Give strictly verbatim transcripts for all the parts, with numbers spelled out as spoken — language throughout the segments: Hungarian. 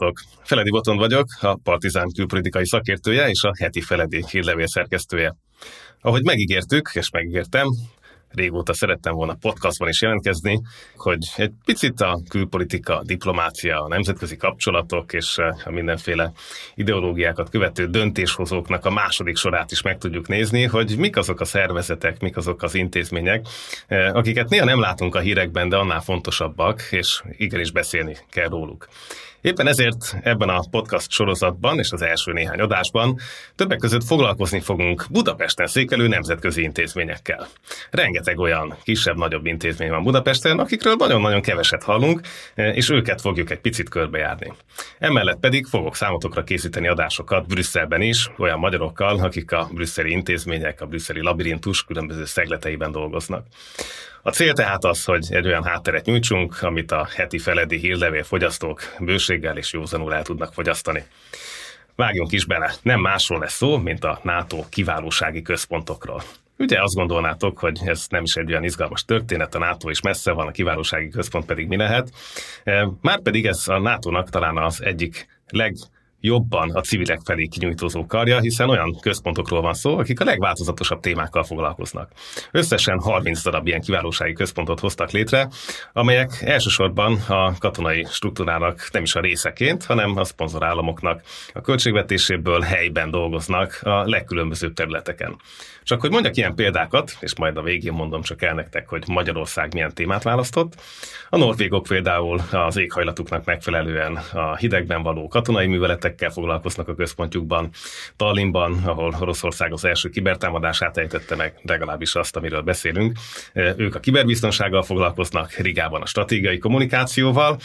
Sziasztok! Feledi Botond vagyok, a Partizán külpolitikai szakértője és a heti Feledi hírlevél szerkesztője. Ahogy megígértük, és megígértem, régóta szerettem volna podcastban is jelentkezni, hogy egy picit a külpolitika, a diplomácia, a nemzetközi kapcsolatok és a mindenféle ideológiákat követő döntéshozóknak a második sorát is meg tudjuk nézni, hogy mik azok a szervezetek, mik azok az intézmények, akiket néha nem látunk a hírekben, de annál fontosabbak, és igenis beszélni kell róluk. Éppen ezért ebben a podcast sorozatban és az első néhány adásban többek között foglalkozni fogunk Budapesten székelő nemzetközi intézményekkel. Rengeteg olyan kisebb-nagyobb intézmény van Budapesten, akikről nagyon-nagyon keveset hallunk, és őket fogjuk egy picit körbejárni. Emellett pedig fogok számotokra készíteni adásokat Brüsszelben is, olyan magyarokkal, akik a brüsszeli intézmények, a brüsszeli labirintus különböző szegleteiben dolgoznak. A cél tehát az, hogy egy olyan hátteret nyújtsunk, amit a heti Feledi hírlevél fogyasztók bőséggel és józanul el tudnak fogyasztani. Vágjunk is bele, nem másról lesz szó, mint a NATO kiválósági központokról. Ugye azt gondolnátok, hogy ez nem is egy olyan izgalmas történet, a NATO is messze van, a kiválósági központ pedig mi lehet. Márpedig ez a nátónak talán az egyik leg jobban a civilek felé kinyújtózó karja, hiszen olyan központokról van szó, akik a legváltozatosabb témákkal foglalkoznak. Összesen harminc darab ilyen kiválósági központot hoztak létre, amelyek elsősorban a katonai struktúrának nem is a részeként, hanem a szponzorállamoknak a költségvetéséből helyben dolgoznak a legkülönbözőbb területeken. Csak hogy mondjak ilyen példákat, és majd a végén mondom csak el nektek, hogy Magyarország milyen témát választott. A norvégok például az éghajlatuknak megfelelően a hidegben való katonai műveletekkel foglalkoznak a központjukban. Tallinnban, ahol Oroszország az első kibertámadását ejtette meg, legalábbis azt, amiről beszélünk. Ők a kiberbiztonsággal foglalkoznak, Rigában a stratégiai kommunikációval.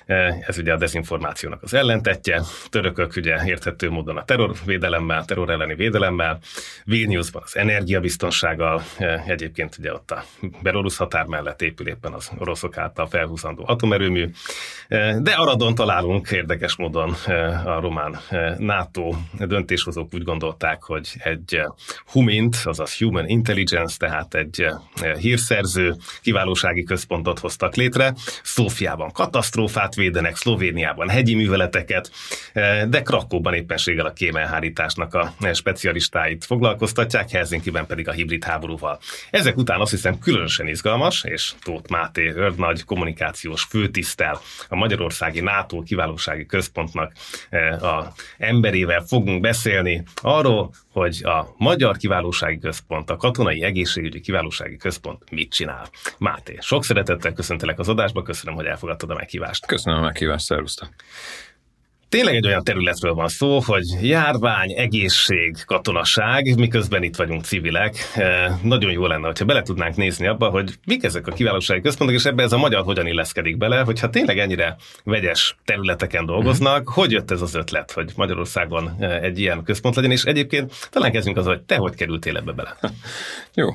Ez ugye a dezinformációnak az ellentetje. Törökök ugye érthető módon a terrorvédelemmel, terror elleni védelemmel. Vilniusban az energiabiztonsággal, egyébként ugye ott a belorusz határ mellett épül éppen az oroszok által felhúzandó atomerőmű. De Aradon találunk érdekes módon a román NATO döntéshozók úgy gondolták, hogy egy humint, azaz Human Intelligence, tehát egy hírszerző kiválósági központot hoztak létre. Szófiában katasztrófát védenek, Szlovéniában hegyi műveleteket, de Krakóban éppenséggel a kémelhárításnak a specialistáit foglalkoztatják, Helsinkiben pedig a hibrid háborúval. Ezek után azt hiszem különösen izgalmas, és Tóth Máté őrnagy kommunikációs főtiszttel a Magyarországi NATO kiválósági központnak a emberével fogunk beszélni arról, hogy a Magyar Kiválósági Központ, a Katonai Egészségügyi Kiválósági Központ mit csinál. Máté, sok szeretettel köszöntelek az adásba, köszönöm, hogy elfogadtad a meghívást. Köszönöm a meghívást, szervusztok! Tényleg egy olyan területről van szó, hogy járvány, egészség, katonaság, miközben itt vagyunk civilek. E, nagyon jó lenne, hogyha bele tudnánk nézni abba, hogy mik ezek a kiválósági központok, és ebbe ez a magyar hogyan illeszkedik bele, hogyha tényleg ennyire vegyes területeken dolgoznak, mm. hogy jött ez az ötlet, hogy Magyarországon egy ilyen központ legyen, és egyébként talán kezdjünk az, hogy te hogy kerültél ebbe bele. Jó.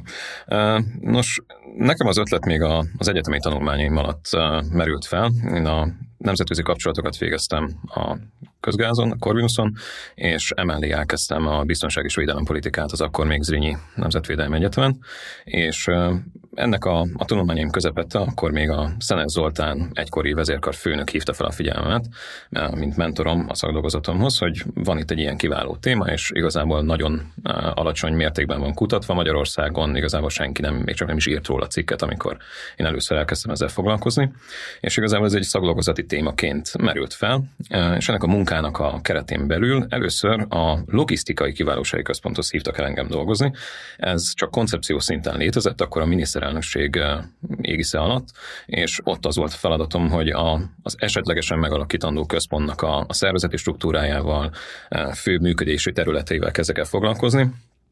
Nos, nekem az ötlet még az egyetemi tanulmányaim alatt merült fel. Én a nemzetközi kapcsolatokat végeztem a Közgázon, a Corvinuson, és emellé elkezdtem a biztonság és védelempolitikát az akkor még Zrínyi Nemzetvédelmi Egyetemen, és ennek a, a tanulmányaim közepette akkor még a Szenes Zoltán egykori vezérkar főnök hívta fel a figyelmemet, mint mentorom a szakdolgozatomhoz, hogy van itt egy ilyen kiváló téma, és igazából nagyon alacsony mértékben van kutatva Magyarországon, igazából senki nem, még csak nem is írt róla cikket, amikor én először elkezdtem ezzel foglalkozni, és igazából ez egy szakdolgozati témaként merült fel, és ennek a munkának a keretén belül először a logisztikai kiválósági központhoz hívtak el engem dolgozni. Ez csak koncepció szinten létezett, akkor a miniszterelnökség égisze alatt, és ott az volt a feladatom, hogy a, az esetlegesen megalakítandó központnak a, a szervezeti struktúrájával, fő működési területeivel kezdek el foglalkozni.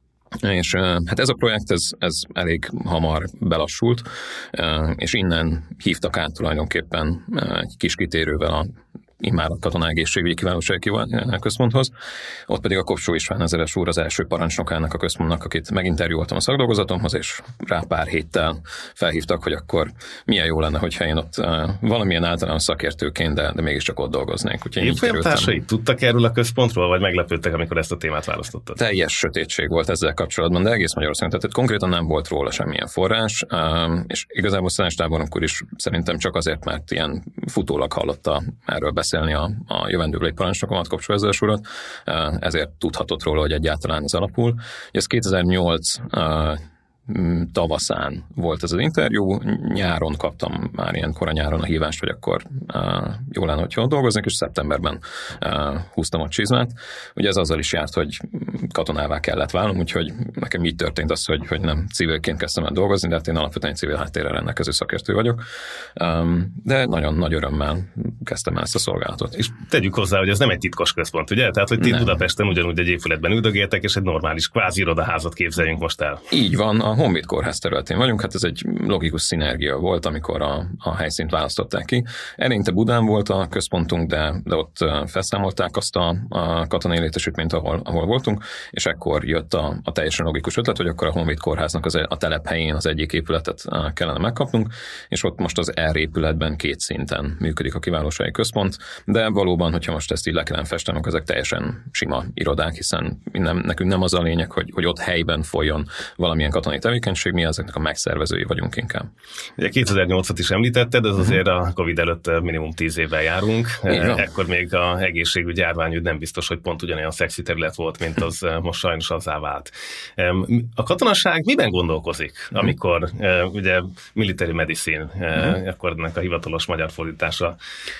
És hát ez a projekt, ez, ez elég hamar belassult, és innen hívtak át tulajdonképpen egy kis kitérővel a immár a Katonai Egészségügyi Kiválósági Központhoz. Ott pedig a Kopsó István ezeres úr az első parancsnokának a központnak, akit meginterjúoltam a szakdolgozatomhoz, és rá pár héttel felhívtak, hogy akkor milyen jó lenne, hogyha én ott uh, valamilyen általános szakértőként, de, de mégiscsak ott dolgoznék. Évfolyamtársai tudtak erről a központról, vagy meglepődtek, amikor ezt a témát választottad? Teljes sötétség volt ezzel kapcsolatban, de egész Magyarországon, tehát konkrétan nem volt róla semmilyen forrás, uh, és igazából Szenes tábornok úr is szerintem csak azért, mert ilyen futólag hallotta erről beszélni, megbeszélni a, a jövendőbeli parancsnokomat, Kopcsó Ezredes urat, ezért tudhatott róla, hogy egyáltalán ez alapul. Ez kétezer-nyolc tavaszán volt ez az interjú, nyáron kaptam már ilyen kora nyáron a hívást, hogy akkor uh, jó lenne, hogyha ott dolgoznék, és szeptemberben uh, húztam a csizmát. Ugye ez azzal is járt, hogy katonává kellett válnom, úgyhogy nekem így történt az, hogy, hogy nem civilként kezdtem el dolgozni, de hát én alapvetően civil háttérrel rendelkező szakértő vagyok. Um, de nagyon nagy örömmel kezdtem el ezt a szolgálatot. És tegyük hozzá, hogy ez nem egy titkos központ, ugye? Tehát, hogy ti Budapesten ugyanúgy egy épületben üldögéltek, és egy normális kvázi irodaházat képzeljünk most el. Így van, a Honvéd Kórház területén vagyunk, hát ez egy logikus szinergia volt, amikor a, a helyszínt választották ki. Eleinte Budán volt a központunk, de, de ott felszámolták azt a, a katonai létesítményt, ahol, ahol voltunk, és ekkor jött a, a teljesen logikus ötlet, hogy akkor a Honvéd Kórháznak az, a telephelyén az egyik épületet kellene megkapnunk, és ott most az R épületben két szinten működik a kiválósági központ, de valóban, hogyha most ezt így le kellene festenem, ezek teljesen sima irodák, hiszen nem, nekünk nem az a lényeg, hogy, hogy ott helyben folyjon valamilyen katonai tevékenység, mi ezeknek a megszervezői vagyunk inkább. Ugye kétezer-nyolcat is említetted, ez azért a Covid előtt minimum tíz évvel járunk. Ekkor még a egészségügy, járványügy nem biztos, hogy pont ugyanolyan szexi terület volt, mint az most sajnos azzá vált. A katonaság miben gondolkozik, amikor ugye military medicine, uh-huh. akkor ennek a hivatalos magyar fordítása,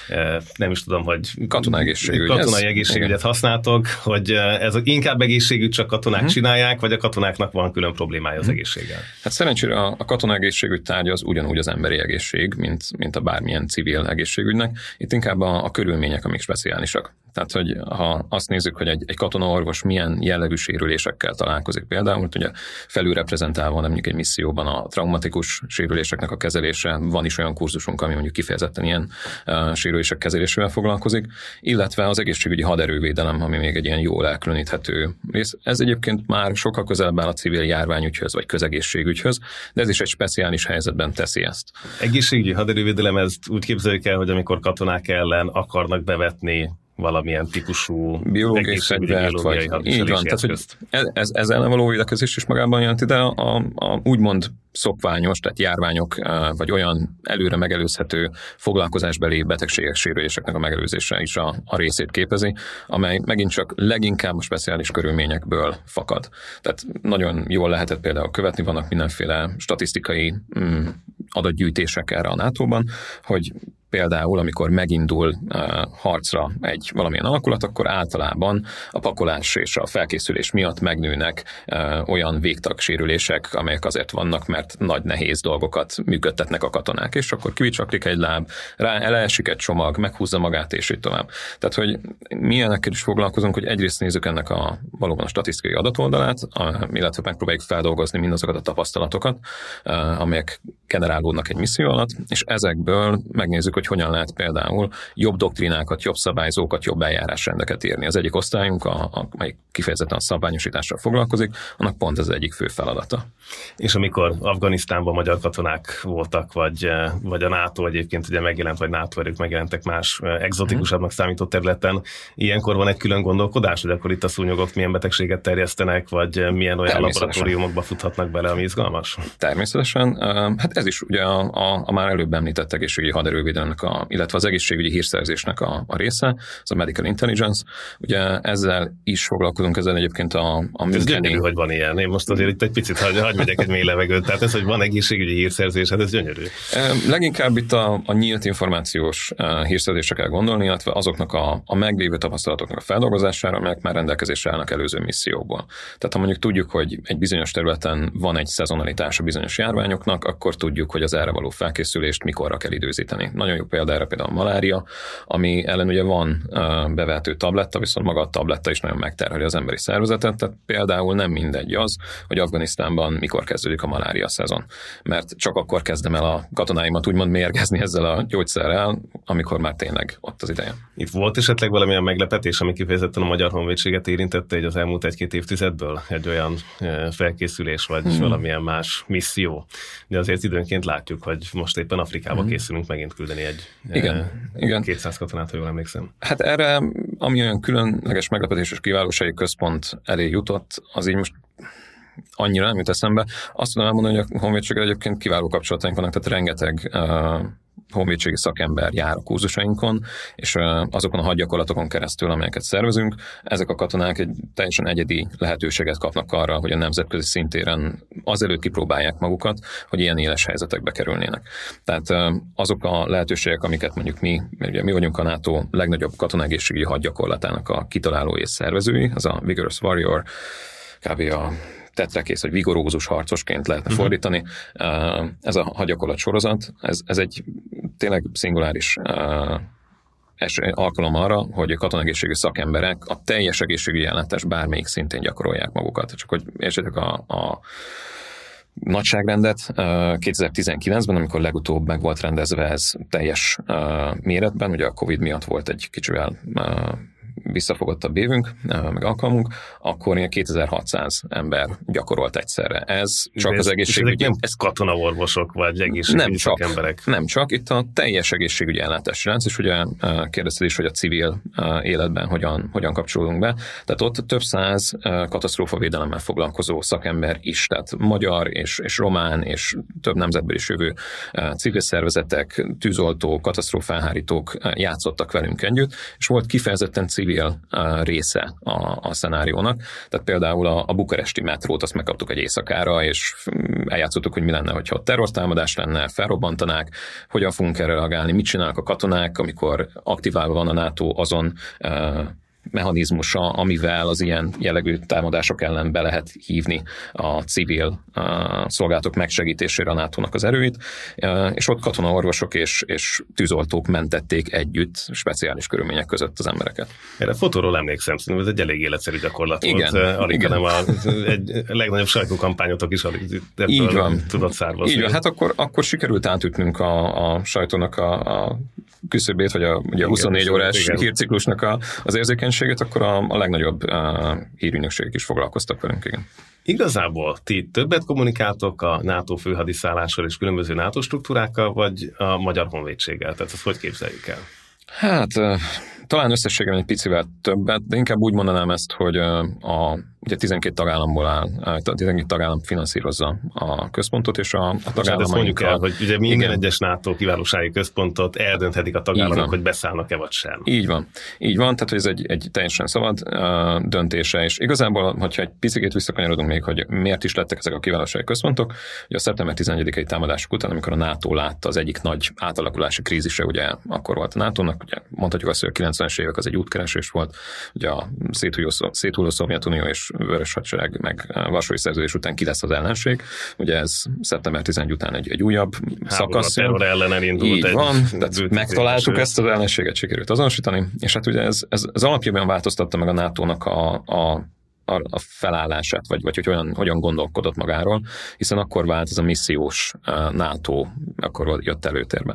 nem is tudom, hogy katonai egészségügy. Katonai egészségügyet használtok, hogy ez inkább egészségügy csak katonák uh-huh. csinálják, vagy a katonáknak van külön problémája az egészséggel? Hát szerencsére a, a katonai egészségügy tárgya az ugyanúgy az emberi egészség, mint, mint a bármilyen civil egészségügynek. Itt inkább a, a körülmények, amik speciálisak. Tehát, hogy ha azt nézzük, hogy egy, egy katonaorvos milyen jellegű sérülésekkel találkozik például, ugye felülreprezentálva van mondjuk egy misszióban a traumatikus sérüléseknek a kezelése, van is olyan kurzusunk, ami mondjuk kifejezetten ilyen uh, sérülések kezelésével foglalkozik, illetve az egészségügyi haderővédelem, ami még egy ilyen jól elkülöníthető rész. Ez egyébként már sokkal közelebb áll a civil járványügyhöz, vagy közegészségügyhöz, de ez is egy speciális helyzetben teszi ezt. Egészségügyi haderővédelem, ezt úgy képzeljük el, hogy amikor katonák ellen akarnak bevetni valamilyen típusú biológiai fegyvert, vagy így van. Tehát, hogy ez, ez ellen való védekezés is magában jelenti, de a, a úgymond szokványos, tehát járványok, vagy olyan előre megelőzhető foglalkozásbeli betegségek, sérüléseknek a megelőzése is a, a részét képezi, amely megint csak leginkább a speciális körülményekből fakad. Tehát nagyon jól lehetett például követni, vannak mindenféle statisztikai mm, adatgyűjtések erre a nátóban, hogy például, amikor megindul uh, harcra egy valamilyen alakulat, akkor általában a pakolás és a felkészülés miatt megnőnek uh, olyan végtagsérülések, amelyek azért vannak, mert nagy nehéz dolgokat működtetnek a katonák, és akkor kivicsaklik egy láb, rá elesik egy csomag, meghúzza magát, és így tovább. Tehát, hogy mi ilyenekkel is foglalkozunk, hogy egyrészt nézzük ennek a valóban a statisztikai adatoldalát, a, illetve megpróbáljuk feldolgozni mindazokat a tapasztalatokat, uh, amelyek generálódnak egy misszió alatt, és ezekből megnézzük, hogy hogyan lehet például jobb doktrinákat, jobb szabályzókat, jobb eljárásrendeket írni. Az egyik osztályunk, a, a, amely kifejezetten a szabványosítással foglalkozik, annak pont ez egyik fő feladata. És amikor Afganisztánban magyar katonák voltak, vagy, vagy a NATO egyébként ugye megjelent, vagy NATO erők megjelentek más egzotikusabbnak számító területen, ilyenkor van egy külön gondolkodás, hogy akkor itt a szúnyogok milyen betegséget terjesztenek, vagy milyen olyan laboratóriumokba futhatnak bele, ami izgalmas? Természetesen. Hát ez is ugye a, a, a már előbb említett egészségügyi haderővédelemnek, a, illetve az egészségügyi hírszerzésnek a, a része, az a medical intelligence. Ugye ezzel is foglalkozunk, ezzel egyébként a, a Ez gyönyörű, hogy van ilyen. Én most azért itt egy picit hagy, hagy megyek egy mély levegőt. Tehát ez, hogy van egészségügyi hírszerzés, hát ez gyönyörű. Leginkább itt a, a nyílt információs hírszerzésre kell gondolni, illetve azoknak a, a meglévő tapasztalatoknak a feldolgozására, amelyek már rendelkezésre állnak előző missziókból. Tehát ha mondjuk tudjuk, hogy egy bizonyos területen van egy szezonalitás a bizonyos járványoknak, akkor tudjuk, hogy az erre való felkészülést mikorra kell időzíteni. Nagyon jó példa erre például a malária, ami ellen ugye van uh, bevehető tabletta, viszont maga a tabletta is nagyon megterheli az emberi szervezetet, tehát például nem mindegy az, hogy Afganisztánban mikor kezdődik a malária szezon. Mert csak akkor kezdem el a katonáimat úgymond mérgezni ezzel a gyógyszerrel, amikor már tényleg ott az ideje. Itt volt esetleg valamilyen meglepetés, ami kifejezetten a Magyar Honvédséget érintette egy az elmúlt egy-két évtizedből? Egy olyan felkészülés, vagy hmm. valamilyen más misszió? De azért időnként látjuk, hogy most éppen Afrikába hmm. készülünk megint küldeni egy igen, igen. kétszáz katonát, ha jól emlékszem. Hát erre, ami olyan különleges meglepetés és kiválósági központ elé jutott, az így most annyira nem jut eszembe. Azt tudom elmondani, hogy a honvédséggel egyébként kiváló kapcsolataink vannak, tehát rengeteg uh, honvédségi szakember jár a kurzusainkon, és azokon a hadgyakorlatokon keresztül, amelyeket szervezünk, ezek a katonák egy teljesen egyedi lehetőséget kapnak arra, hogy a nemzetközi szintéren azelőtt kipróbálják magukat, hogy ilyen éles helyzetekbe kerülnének. Tehát azok a lehetőségek, amiket mondjuk mi, ugye mi vagyunk a NATO legnagyobb katonaegészségügyi hadgyakorlatának a kitalálói és szervezői, az a Vigorous Warrior, kb. A tetrekész, vagy vigorózus harcosként lehetne uh-huh. fordítani. Ez a hadgyakorlat sorozat, ez, ez egy tényleg szinguláris alkalom arra, hogy a katonaegészségügyi szakemberek a teljes egészségügyi ellátás bármelyik szintén gyakorolják magukat. Csak hogy értsétek a, a nagyságrendet, kétezer-tizenkilencben, amikor legutóbb meg volt rendezve ez teljes méretben, ugye a Covid miatt volt egy kicsivel visszafogottabb évünk, meg alkalmunk, akkor ilyen kétezer-hatszáz ember gyakorolt egyszerre. Ez csak ez, az egészségügyi... Nem ez katonaorvosok, vagy egészségügyi szakemberek? Nem csak, itt a teljes egészségügyi ellátási ránc, és ugye kérdezted is, hogy a civil életben hogyan, hogyan kapcsolódunk be. Tehát ott több száz katasztrófavédelemmel foglalkozó szakember is, tehát magyar és, és román és több nemzetből is jövő civil szervezetek, tűzoltók, katasztrófaelhárítók játszottak velünk együtt, és volt kifejezetten civil része a, a szenáriónak. Tehát például a, a bukaresti metrót azt megkaptuk egy éjszakára, és eljátszottuk, hogy mi lenne, hogyha ott terrortámadás lenne, felrobbantanák, hogyan fogunk erre reagálni, mit csinálnak a katonák, amikor aktiválva van a NATO azon mechanizmusa, amivel az ilyen jellegű támadások ellen be lehet hívni a civil uh, szolgálatok megsegítésére a nátónak az erőit, uh, és ott katonaorvosok és, és tűzoltók mentették együtt speciális körülmények között az embereket. Erre a fotóról emlékszem, szerintem ez egy elég életszerű gyakorlat igen, volt. Alig, igen. hanem a, egy legnagyobb sajtókampányotok is alig így van. tudott származni. Így van, hát akkor, akkor sikerült átütnünk a, a sajtónak a, a küszöbét, vagy a, ugye a huszonnégy órás igen. hírciklusnak a, az érzékenységét, akkor a, a legnagyobb uh, hírügynökségek is foglalkoztak velünk, igen. Igazából ti többet kommunikáltok a NATO főhadiszállással és különböző NATO struktúrákkal, vagy a Magyar Honvédséggel? Tehát ezt hogy képzeljük el? Hát uh, talán összességében egy picivel többet, de inkább úgy mondanám ezt, hogy uh, a ugye tizenkét tagállamból áll, a tizenkét tagállam finanszírozza a központot, és a, a tagállamainkkal... Ezt mondjuk el, hogy ugye minden igen. egyes NATO kiválósági központot eldönthetik a tagállamok, hogy beszállnak-e vagy sem. Így van. Így van, tehát ez egy, egy teljesen szabad uh, döntése, és igazából, hogyha egy picit visszakanyarodunk még, hogy miért is lettek ezek a kiválósági központok, ugye a szeptember tizenegyedikei támadások után, amikor a NATO látta az egyik nagy átalakulási krízise, ugye akkor volt a nátónak, ugye mondhatjuk azt, hogy a kilencvenes évek az egy útkeresés volt, ugye a széthulló Szovjetunió és Vörös Hadsereg meg Varsói Szerződés után ki lesz az ellenség. Ugye ez szeptember tizenegy után egy, egy újabb háború szakasz. A terror ellen elindult. Így egy van, tehát megtaláltuk ezt az ellenséget, sikerült azonosítani, és hát ugye ez, ez, ez alapjában változtatta meg a nátónak a, a a felállását, vagy, vagy hogy olyan, hogyan gondolkodott magáról, hiszen akkor vált ez a missziós uh, NATO, akkor jött előtérbe.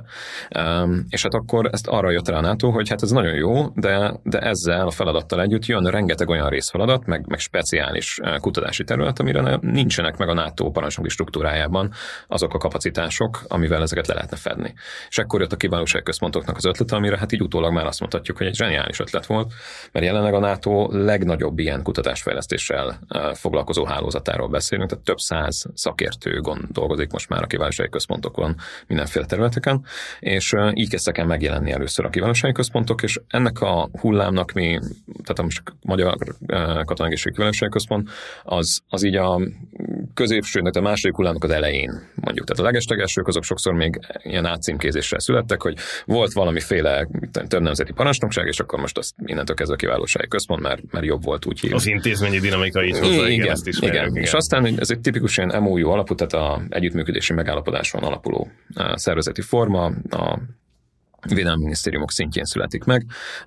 Um, és hát akkor ezt arra jött rá a NATO, hogy hát ez nagyon jó, de, de ezzel a feladattal együtt jön rengeteg olyan részfeladat, meg, meg speciális uh, kutatási terület, amire nincsenek meg a NATO parancsnoki struktúrájában azok a kapacitások, amivel ezeket le lehetne fedni. És ekkor jött a kiválósági központoknak az ötlete, amire hát így utólag már azt mondhatjuk, hogy egy zseniális ötlet volt, mert jelenleg a NATO legnagyobb ilyen kutatásfejlesztéssel foglalkozó hálózatáról beszélünk, tehát több száz szakértő dolgozik most már a kiválósági központokon mindenféle területeken, és így kezdtek el megjelenni először a kiválósági központok, és ennek a hullámnak mi, tehát most a Magyar Katonaegészségügyi Kiválósági Központ, az, az így a középső, a második hullámnak az elején mondjuk. Tehát a legeslegelsők azok sokszor még ilyen átcímkézéssel születtek, hogy volt valamiféle több nemzeti parancsnokság, és akkor most azt innentől kezdve a kiválósági központ, mert, mert jobb volt úgy hívni. Az intézményi dinamika így hozzá, igen, igen, ezt ismerjük, igen. igen. És aztán ez egy tipikus ilyen em o u alapú, tehát a együttműködési megállapodáson alapuló szervezeti forma, a Védelmi Minisztériumok szintjén születik meg,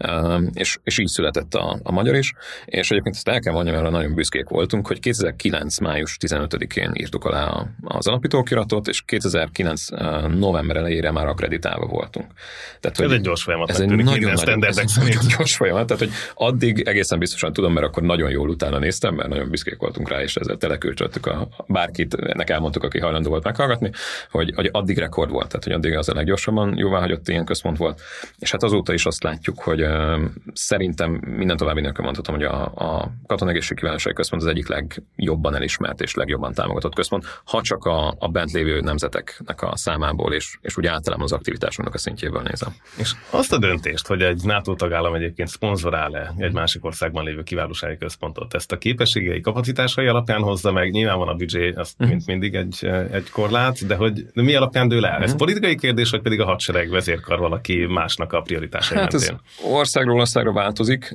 és, és így született a, a magyar is, és egyébként ezt el kell mondjam, mert nagyon büszkék voltunk, hogy kétezer-kilenc május tizenötödikén írtuk alá az alapítókiratot, és kétezer-kilenc november elejére már akreditálva voltunk. Tehát, ez egy gyors folyamat. Ez egy nagyon, nagyon, ez egy nagyon gyors folyamat, tehát hogy addig egészen biztosan tudom, mert akkor nagyon jól utána néztem, mert nagyon büszkék voltunk rá, és ezzel telekülcsöttük a bárkit, ennek elmondtuk, aki hajlandó volt meghallgatni, hogy, hogy addig rekord volt, tehát hogy addig az a leggyorsabban jóváhagyott ilyen központ központ volt, és hát azóta is azt látjuk, hogy uh, szerintem minden további nélkül mondhatom, hogy a, a Katonegészségügyi Kiválósági Központ az egyik legjobban elismert és legjobban támogatott központ, ha csak a, a bent lévő nemzeteknek a számából, és, és úgy általában az aktivitásunknak a szintjéből nézem. És azt a döntést, hogy egy NATO tagállam egyébként szponzorál-e egy másik országban lévő kiválósági központot, ezt a képességei, kapacitásai alapján hozza meg, nyilván van a büdzsé, az mm. mint mindig egy, egy korlát, de hogy de mi alapján dől el? Ez mm. politikai kérdés, vagy pedig a hadsereg vezérkar valaki másnak a prioritásai hát mentén? Ez országról országra változik,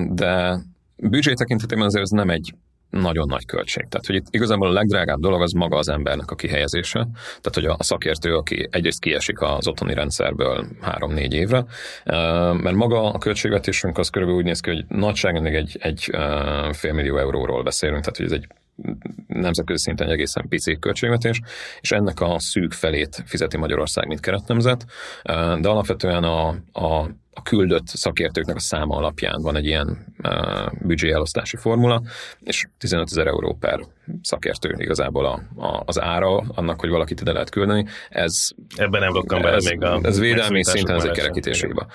de büdzsé tekintetében azért ez nem egy nagyon nagy költség. Tehát, hogy itt igazából a legdrágább dolog az maga az embernek a kihelyezése. Tehát, hogy a szakértő, aki egyrészt kiesik az otthoni rendszerből három-négy évre, mert maga a költségvetésünk az körülbelül úgy néz ki, hogy nagyságrendileg egy, egy félmillió euróról beszélünk, tehát, hogy ez egy nemzetközi szinten egy egészen pici költségvetés, és ennek a szűk felét fizeti Magyarország, mint keretnemzet, de alapvetően a, a a küldött szakértőknek a száma alapján van egy ilyen uh, büdzséelosztási formula, és tizenötezer euró per szakértő igazából a, a, az ára annak, hogy valakit ide lehet küldeni. Ez, Ebben nem raktam bele ez, még a... Ez védelmi szinten ez egy kerekítéshiba.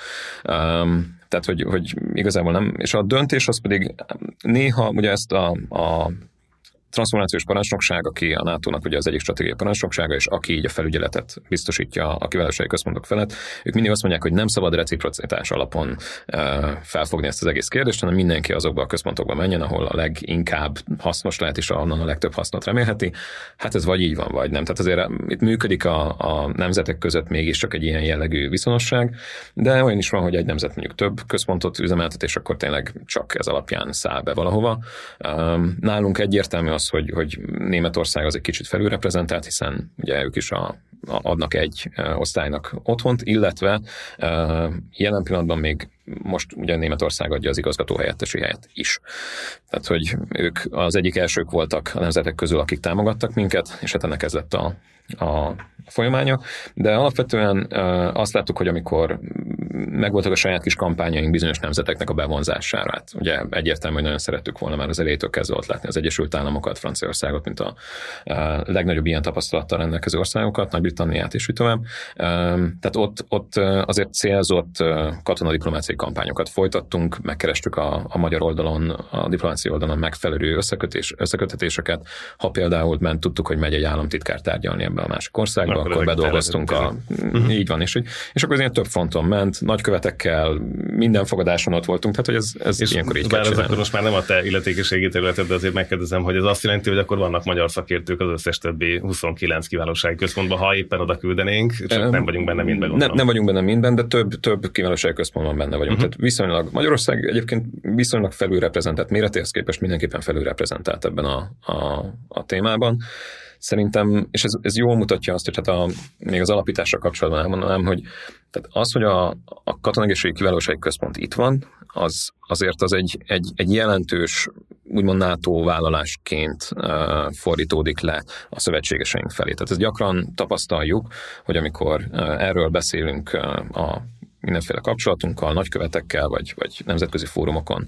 Um, tehát, hogy, hogy igazából nem, és a döntés az pedig néha ugye ezt a, a transformációs parancsnokság, aki a nátónak ugye az egyik stratégiai parancsnoksága, és aki így a felügyeletet biztosítja a kiválósági központok felett, ők mindig azt mondják, hogy nem szabad reciprocitás alapon uh, felfogni ezt az egész kérdést, hanem mindenki azokba a központokba menjen, ahol a leginkább hasznos lehet, és onnan a legtöbb hasznot remélheti. Hát ez vagy így van, vagy nem. Tehát azért itt működik a, a nemzetek között mégiscsak egy ilyen jellegű viszonosság, de olyan is van, hogy egy nemzet mondjuk több központot üzemeltet, és akkor tényleg csak ez alapján száll be valahova. Um, nálunk egyértelmű az, hogy, hogy Németország az egy kicsit felülreprezentált, hiszen ugye ők is a, a, adnak egy uh, osztálynak otthont, illetve uh, jelen pillanatban még most ugye Németország adja az igazgató helyettesi helyet is. Tehát, hogy ők az egyik elsők voltak a nemzetek közül, akik támogattak minket, és hát ennek ez lett a, a folyamánya. De alapvetően uh, azt láttuk, hogy amikor megvoltak a saját kis kampányaink bizonyos nemzeteknek a bevonzására, hát ugye egyértelmű, hogy nagyon szerettük volna már az elejétől kezdve ott látni az Egyesült Államokat, Franciaországot, mint a, a legnagyobb ilyen tapasztalattal rendelkező országokat, Nagy-Britanniát és úgy tovább. Tehát ott, ott azért célzott katonadiplomáciai kampányokat folytattunk, megkerestük a, a magyar oldalon, a diplomáciai oldalon megfelelő összekötés, összekötetéseket. Ha például ment, tudtuk, hogy megy egy államtitkár tárgyalni ebbe a másik országba, akkor, akkor bedolgoztunk a... Uh-huh. Így van, és, és akkor ez ilyen több fronton ment, nagykövetekkel, minden fogadáson ott voltunk, tehát hogy ez, ez és ilyenkor így bár ez akkor most már nem a te illetékeségi területed, de azért megkérdezem, hogy ez azt jelenti, hogy akkor vannak magyar szakértők az összes többi huszonkilenc kiválósági központban, ha éppen oda küldenénk, csak um, nem vagyunk benne mindben. Ne, nem vagyunk benne mindben, de több, több kiválósági központban benne vagyunk. Uh-huh. Tehát viszonylag Magyarország egyébként viszonylag felülreprezentált, méretéhez képest mindenképpen felülreprezentált ebben a, a, a témában. Szerintem, és ez, ez jól mutatja azt, hogy hát a, még az alapítással kapcsolatban elmondanám, hogy tehát az, hogy a, a Katonegészségügyi Kiválósági Központ itt van, az azért az egy, egy, egy jelentős, úgymond NATO vállalásként uh, fordítódik le a szövetségeseink felé. Tehát ezt gyakran tapasztaljuk, hogy amikor uh, erről beszélünk uh, a mindenféle kapcsolatunkkal, nagykövetekkel, vagy, vagy nemzetközi fórumokon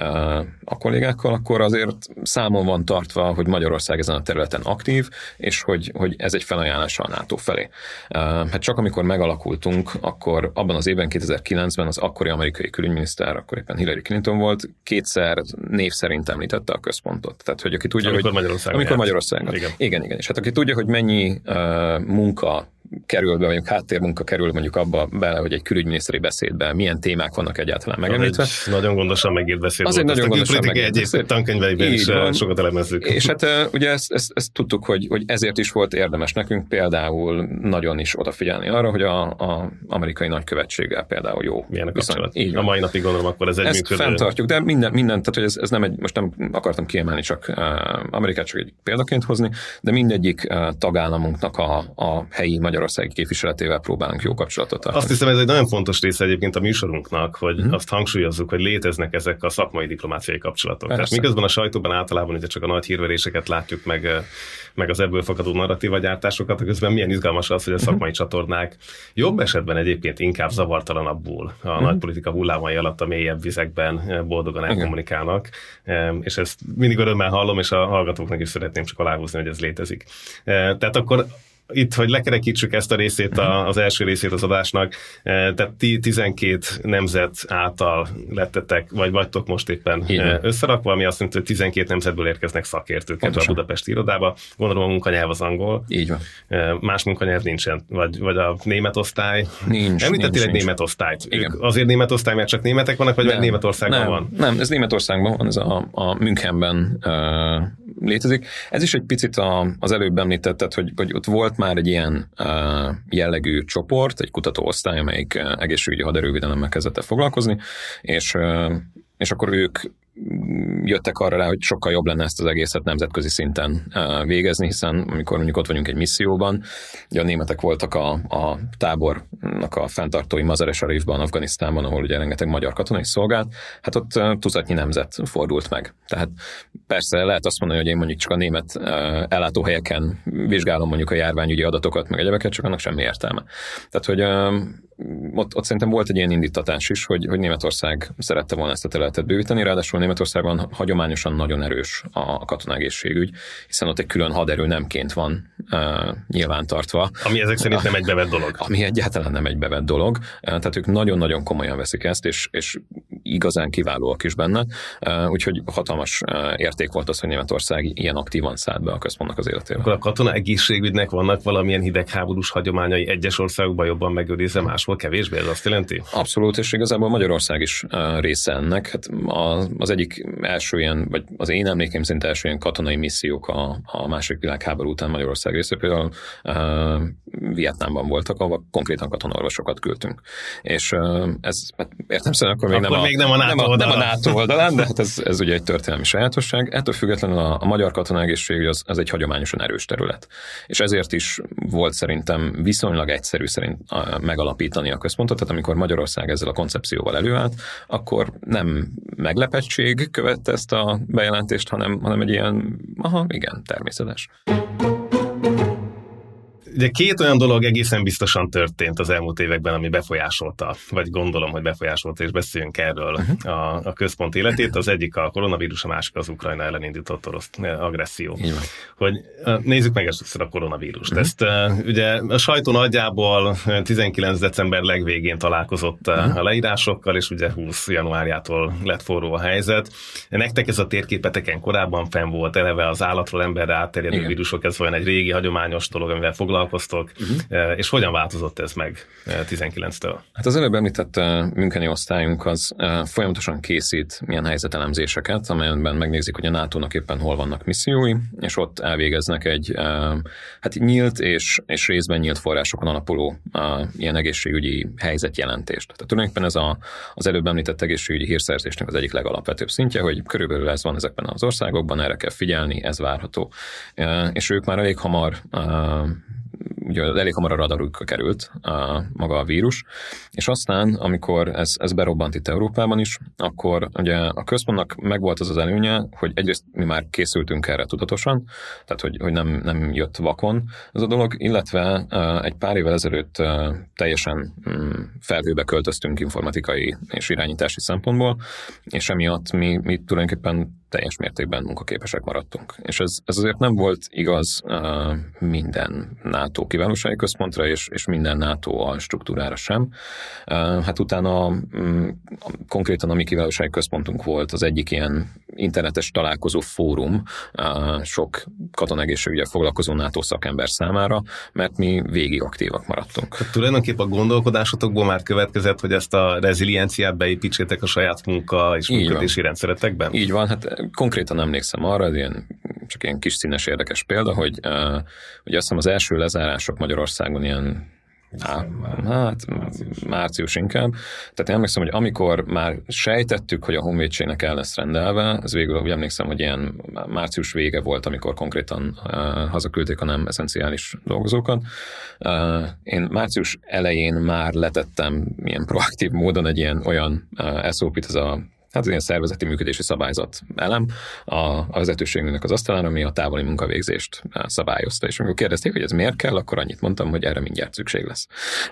a kollégákkal, akkor azért számon van tartva, hogy Magyarország ezen a területen aktív, és hogy, hogy ez egy felajánlása a NATO felé. Hát csak amikor megalakultunk, akkor abban az évben, kétezer-kilencben az akkori amerikai külügyminiszter, akkor éppen Hillary Clinton volt, kétszer név szerint említette a központot. Tehát, hogy aki tudja, amikor hogy... Magyarországon Amikor Magyarországon. Igen. igen, igen. És hát aki tudja, hogy mennyi uh, munka kerül be, mondjuk háttérmunka kerül mondjuk abba bele, hogy egy külügyminiszteri beszédben milyen témák vannak egyáltalán megemlítve. Nagyon gondosan megírt beszéd az volt. Egy nagyon gondosan megírt egyéb tankönyveiben is van. Sokat elemezzük. És hát ugye ezt, ezt, ezt tudtuk, hogy, hogy ezért is volt érdemes nekünk például nagyon is odafigyelni arra, hogy a, a amerikai nagykövetséggel például jó. Milyen a kapcsolat. Így a mai napig gondolom, akkor ez egy ezt működő. Fenntartjuk, de minden, minden tehát hogy ez, ez nem egy, most nem akartam kiemelni csak uh, Amerikát csak egy példaként hozni, de mindegyik uh, tagállamunknak a, a helyi magyarországi képviseletével próbálunk jó kapcsolatot tartani. Azt hiszem, ez egy nagyon fontos része egyébként a műsorunknak, hogy mm. azt hangsúlyozzuk, hogy léteznek ezek a szakmai diplomáciai kapcsolatok. Persze. Tehát miközben a sajtóban általában ugye csak a nagy hírveréseket látjuk, meg, meg az ebből fakadó narratíva gyártásokat, közben milyen izgalmas az, hogy a szakmai mm. csatornák jobb esetben egyébként inkább zavartalanabbul a mm. nagy politika hullámai alatt a mélyebb vizekben boldogan elkommunikálnak. Mm. És ezt mindig örömmel hallom, és a hallgatóknak is szeretném csak aláhúzni, hogy ez létezik. Tehát akkor itt, hogy lekerekítsük ezt a részét, a, az első részét az adásnak, tehát ti tizenkét nemzet által lettetek, vagy vagytok most éppen Igen. összerakva, ami azt jelenti, hogy tizenkét nemzetből érkeznek szakértők ebbe a budapesti irodába. Gondolom a munkanyelv az angol. Így van. Más munkanyelv nincsen, vagy, vagy a német osztály. Nincs. Említettél egy német osztályt. Azért német osztály, mert csak németek vannak, vagy nem, Németországban nem, van? Nem, ez Németországban van, ez a, a Münchenben uh, létezik. Ez is egy picit a, az előbb említetted, hogy, hogy ott volt már egy ilyen uh, jellegű csoport, egy kutatóosztály, amelyik uh, egészségügyi haderővédelemmel kezdett el foglalkozni, és, uh, és akkor ők jöttek arra rá, hogy sokkal jobb lenne ezt az egészet nemzetközi szinten uh, végezni, hiszen amikor mondjuk ott vagyunk egy misszióban, ugye a németek voltak a, a tábornak a fenntartói Mazar-e-Sharifban, Afganisztánban, ahol ugye rengeteg magyar katona is szolgált, hát ott uh, tucatnyi nemzet fordult meg. Tehát persze lehet azt mondani, hogy én mondjuk csak a német uh, ellátóhelyeken vizsgálom mondjuk a járványügyi adatokat, meg egyebeket, csak annak semmi értelme. Tehát, hogy uh, ott, ott szerintem volt egy ilyen indítatás is, hogy, hogy Németország szerette volna ezt a területet bővíteni, ráadásul Németországban hagyományosan nagyon erős a katonagészségügy, hiszen ott egy külön haderő nemként van uh, nyilvántartva. Ami ezek szerint nem egy bevett dolog. Ami egyáltalán nem egy bevett dolog. Uh, tehát ők nagyon-nagyon komolyan veszik ezt, és, és igazán kiválóak is benne. Uh, úgyhogy hatalmas uh, érték volt az, hogy Németország ilyen aktívan szállt be a központnak az életébe. Akkor a katona egészségügynek vannak valamilyen hidegháborús hagyományai egyes országokban jobban megőrizve, máshol kevésbé, ez azt jelenti? Abszolút, és igazából Magyarország is uh, része ennek. Hát az egyik első ilyen, vagy az én emlékeim szerint első ilyen katonai missziók a, a második világháború után Magyarország része, például uh, Vietnámban voltak, ahol konkrétan katonorvosokat küldtünk. És uh, ez, hát értelemszerűen akkor még, akkor nem, még nem a NATO nem a, oldalán. Nem a NATO oldalán, de hát ez, ez ugye egy történelmi sajátosság. Ettől függetlenül a, a magyar katonaegészségügy az, az egy hagyományosan erős terület. És ezért is volt szerintem viszonylag egyszerű szerint uh, megalapítani a központot, tehát amikor Magyarország ezzel a koncepcióval előállt, akkor nem meglepettség követte ezt a bejelentést, hanem, hanem egy ilyen, aha, igen, természetes. Ugye két olyan dolog egészen biztosan történt az elmúlt években, ami befolyásolta, vagy gondolom, hogy befolyásolta, és beszéljünk erről uh-huh. a, a központ életét. Az egyik a koronavírus, a másik az Ukrajna ellen indított orosz agresszió. Hogy nézzük meg először a koronavírust. Uh-huh. Ezt ugye a sajtó nagyjából tizenkilenc december legvégén találkozott uh-huh. a leírásokkal, és ugye húsz januárjától lett forró a helyzet. Nektek ez a térképeteken korábban fenn volt, eleve az állatról emberre átterjedő Igen. vírusok, ez olyan egy régi hagyományos dolog, amivel foglalkozunk, uh-huh. és hogyan változott ez meg tizenkilenctől? Hát az előbb említett müncheni osztályunk az folyamatosan készít milyen helyzetelemzéseket, amelyben megnézik, hogy a nátónak éppen hol vannak missziói, és ott elvégeznek egy hát nyílt és, és részben nyílt forrásokon alapuló ilyen egészségügyi helyzetjelentést. Tehát tulajdonképpen ez a, az előbb említett egészségügyi hírszerzésnek az egyik legalapvetőbb szintje, hogy körülbelül ez van ezekben az országokban, erre kell figyelni, ez várható. És ők már elég hamar ugye elég hamar a radarukra került a, maga a vírus, és aztán, amikor ez, ez berobbant itt Európában is, akkor ugye a központnak megvolt az az előnye, hogy egyrészt mi már készültünk erre tudatosan, tehát hogy, hogy nem, nem jött vakon ez a dolog, illetve uh, egy pár évvel ezelőtt uh, teljesen um, felhőbe költöztünk informatikai és irányítási szempontból, és emiatt mi, mi tulajdonképpen teljes mértékben munkaképesek maradtunk. És ez, ez azért nem volt igaz uh, minden NATO kiválósági központra, és, és minden NATO struktúrára sem. Uh, hát utána um, konkrétan a mi kiválósági központunk volt az egyik ilyen internetes találkozó fórum uh, sok katonegészségügyel foglalkozó NATO szakember számára, mert mi végig aktívak maradtunk. Tehát tulajdonképpen a gondolkodásotokból már következett, hogy ezt a rezilienciát beépítsétek a saját munka és működési rendszeretekben? Így van, hát konkrétan emlékszem arra, ez ilyen, csak ilyen kis színes érdekes példa, hogy, uh, hogy azt hiszem az első lezárások Magyarországon ilyen Á, hát március. március inkább. Tehát én emlékszem, hogy amikor már sejtettük, hogy a honvédségnek el lesz rendelve, ez végül úgy emlékszem, hogy ilyen március vége volt, amikor konkrétan uh, hazaküldték a nem eszenciális dolgozókat. Uh, én március elején már letettem ilyen proaktív módon egy ilyen olyan uh, es o pét, ez a hát az ilyen szervezeti működési szabályzat elem a, a vezetőségünknek az asztalán, ami a távoli munkavégzést szabályozta. És amikor kérdezték, hogy ez miért kell, akkor annyit mondtam, hogy erre mindjárt szükség lesz.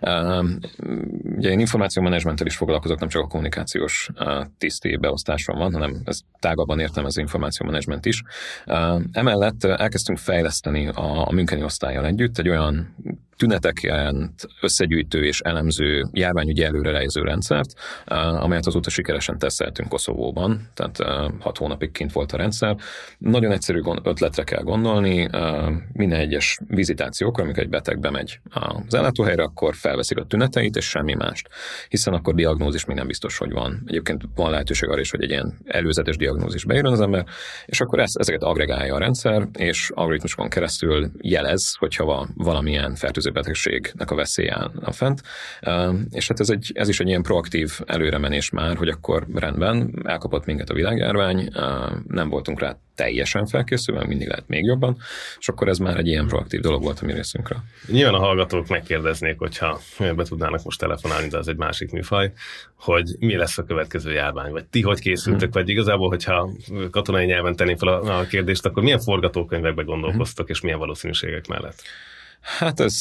Ugye én információmenedzsmenttel is foglalkozok, nem csak a kommunikációs tiszti beosztáson van, hanem ez tágabban értem az információmenedzsment is. Emellett elkezdtünk fejleszteni a, a Müncheni osztállyal együtt egy olyan tüneteken összegyűjtő és elemző járványügyi előrejelző rendszert, amelyet azóta sikeresen teszteltünk Koszovóban, tehát hat hónapig kint volt a rendszer. Nagyon egyszerű ötletre kell gondolni, minden egyes vizitációkor, amikor egy beteg bemegy az ellátóhelyre, akkor felveszik a tüneteit, és semmi mást, hiszen akkor diagnózis még nem biztos, hogy van. Egyébként van lehetőség arra is, hogy egy ilyen előzetes diagnózis beírjon az ember, és akkor ezt, ezeket agregálja a rendszer, és algoritmusokon keresztül jelez, hogyha valamilyen fertőző betegségnek a veszély áll fent. És hát ez, egy, ez is egy ilyen proaktív előremenés már, hogy akkor rendben, elkapott minket a világjárvány, nem voltunk rá teljesen felkészülve, mindig lehet még jobban, és akkor ez már egy ilyen proaktív dolog volt a mi részünkre. Nyilván a hallgatók megkérdeznék, hogyha be tudnának most telefonálni, de az egy másik műfaj, hogy mi lesz a következő járvány, vagy ti hogy készültök, hmm. vagy igazából, hogyha katonai nyelven tenném fel a, a kérdést, akkor milyen forgatókönyvekbe gondolkoztok, hmm. és milyen valószínűségek mellett? Hát ez...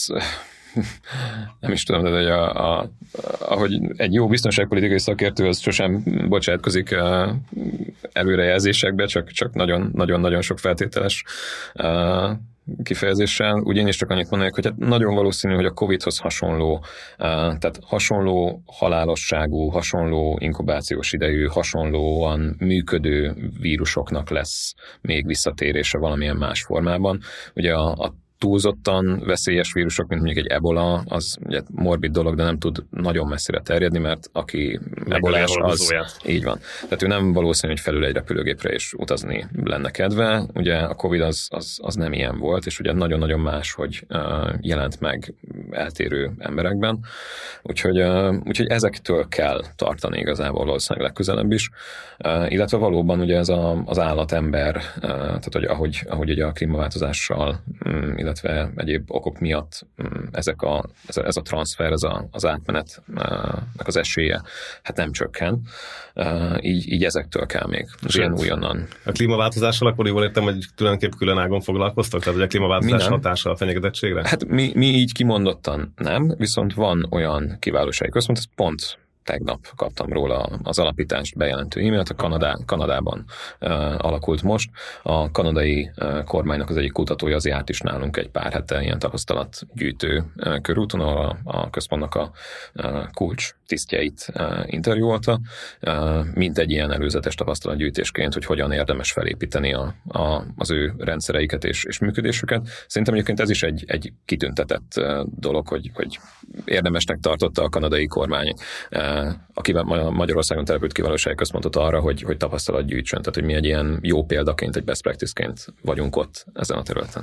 nem is tudom, de a, a, ahogy egy jó biztonságpolitikai szakértő az sosem bocsátkozik előrejelzésekbe, csak, csak nagyon, nagyon, nagyon sok feltételes kifejezéssel. Úgy én is csak annyit mondanék, hogy hát nagyon valószínű, hogy a Covidhoz hasonló, tehát hasonló halálosságú, hasonló inkubációs idejű, hasonlóan működő vírusoknak lesz még visszatérése valamilyen más formában. Ugye a, a túlzottan veszélyes vírusok, mint mondjuk egy ebola, az ugye morbid dolog, de nem tud nagyon messzire terjedni, mert aki ebolás, az így van. Tehát ő nem valószínű, hogy felül egy repülőgépre és utazni lenne kedve. Ugye a Covid az, az, az nem ilyen volt, és ugye nagyon-nagyon más, hogy uh, jelent meg eltérő emberekben. Úgyhogy, uh, úgyhogy ezektől kell tartani igazából valószínűleg legközelebb is. Uh, illetve valóban ugye ez a, az állatember, uh, tehát hogy ahogy, ahogy ugye a klímaváltozással um, illetve egyéb okok miatt ezek a, ez, a, ez a transfer, ez a, az átmenetnek az esélye hát nem csökken. Így, így ezektől kell még ilyen újonnan. A klímaváltozással akkor jól értem, hogy tulajdonképp külön ágon foglalkoztok? Tehát, hogy a klímaváltozás hatása a fenyegetettségre? Hát mi, mi így kimondottan nem, viszont van olyan kiválósági központ, ez pont tegnap kaptam róla az alapítást bejelentő e-mailt, a Kanadá, Kanadában uh, alakult most. A kanadai uh, kormánynak az egyik kutatója az járt is nálunk egy pár hete ilyen tapasztalatgyűjtő uh, körúton, ahol a, a központnak a uh, kulcs tisztjeit uh, interjúolta, uh, mint egy ilyen előzetes tapasztalatgyűjtésként, hogy hogyan érdemes felépíteni a, a, az ő rendszereiket és, és működésüket. Szerintem egyébként ez is egy, egy kitüntetett uh, dolog, hogy, hogy érdemesnek tartotta a kanadai kormány, uh, akivel Magyarországon települt kiválósági központot arra, hogy, hogy tapasztalat gyűjtsön. Tehát, hogy mi egy ilyen jó példaként, egy best practice-ként vagyunk ott ezen a területen.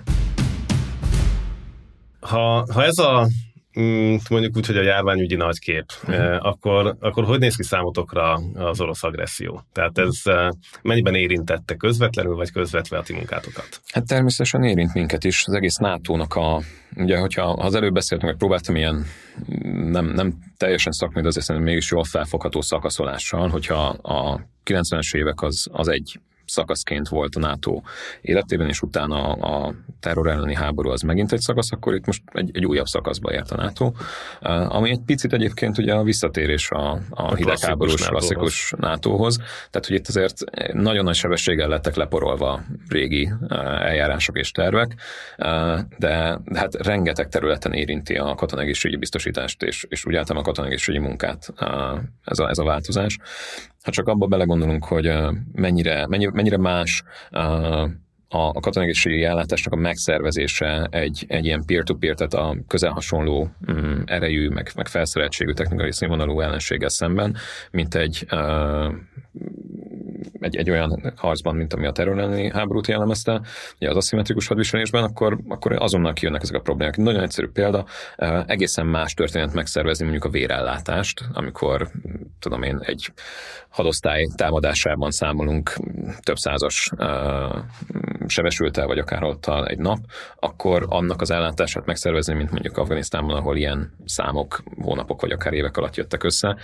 Ha, ha ez a mondjuk úgy, hogy a járványügyi nagykép, uh-huh. akkor, akkor hogy néz ki számotokra az orosz agresszió? Tehát ez mennyiben érintette közvetlenül, vagy közvetve a ti munkátokat? Hát természetesen érint minket is. Az egész nátónak a, ugye, hogyha az előbb beszéltünk, meg próbáltam ilyen nem, nem teljesen szakmai, de azért szerintem mégis jól felfogható szakaszolással, hogyha a kilencvenes évek az, az egy szakaszként volt a NATO életében, és utána a terror elleni háború az megint egy szakasz, akkor itt most egy, egy újabb szakaszba ért a NATO, ami egy picit egyébként ugye a visszatérés a, a, a hidegháborús klasszikus nátóhoz, tehát hogy itt azért nagyon nagy sebességgel lettek leporolva régi eljárások és tervek, de, de hát rengeteg területen érinti a katonegészségügyi biztosítást, és, és úgy általában a katonegészségügyi munkát ez a, ez a változás. Ha csak abba belegondolunk, hogy mennyire, mennyire, mennyire más a katonegészségügyi ellátásnak a megszervezése egy, egy ilyen peer-to-peer, tehát a közel hasonló um, erejű, meg, meg felszereltségű technikai színvonalú ellenséggel szemben, mint egy, uh, egy, egy olyan harcban, mint ami a terror elleni háborút jellemezte, ugye az aszimmetrikus hadviselésben, akkor, akkor azonnal kijönnek ezek a problémák. Nagyon egyszerű példa, uh, egészen más történet megszervezni mondjuk a vérellátást, amikor, tudom én, egy hadosztály támadásában számolunk több százas uh, sebesültel, vagy akár halottal egy nap, akkor annak az ellátását megszervezni, mint mondjuk Afganisztánban, ahol ilyen számok hónapok, vagy akár évek alatt jöttek össze,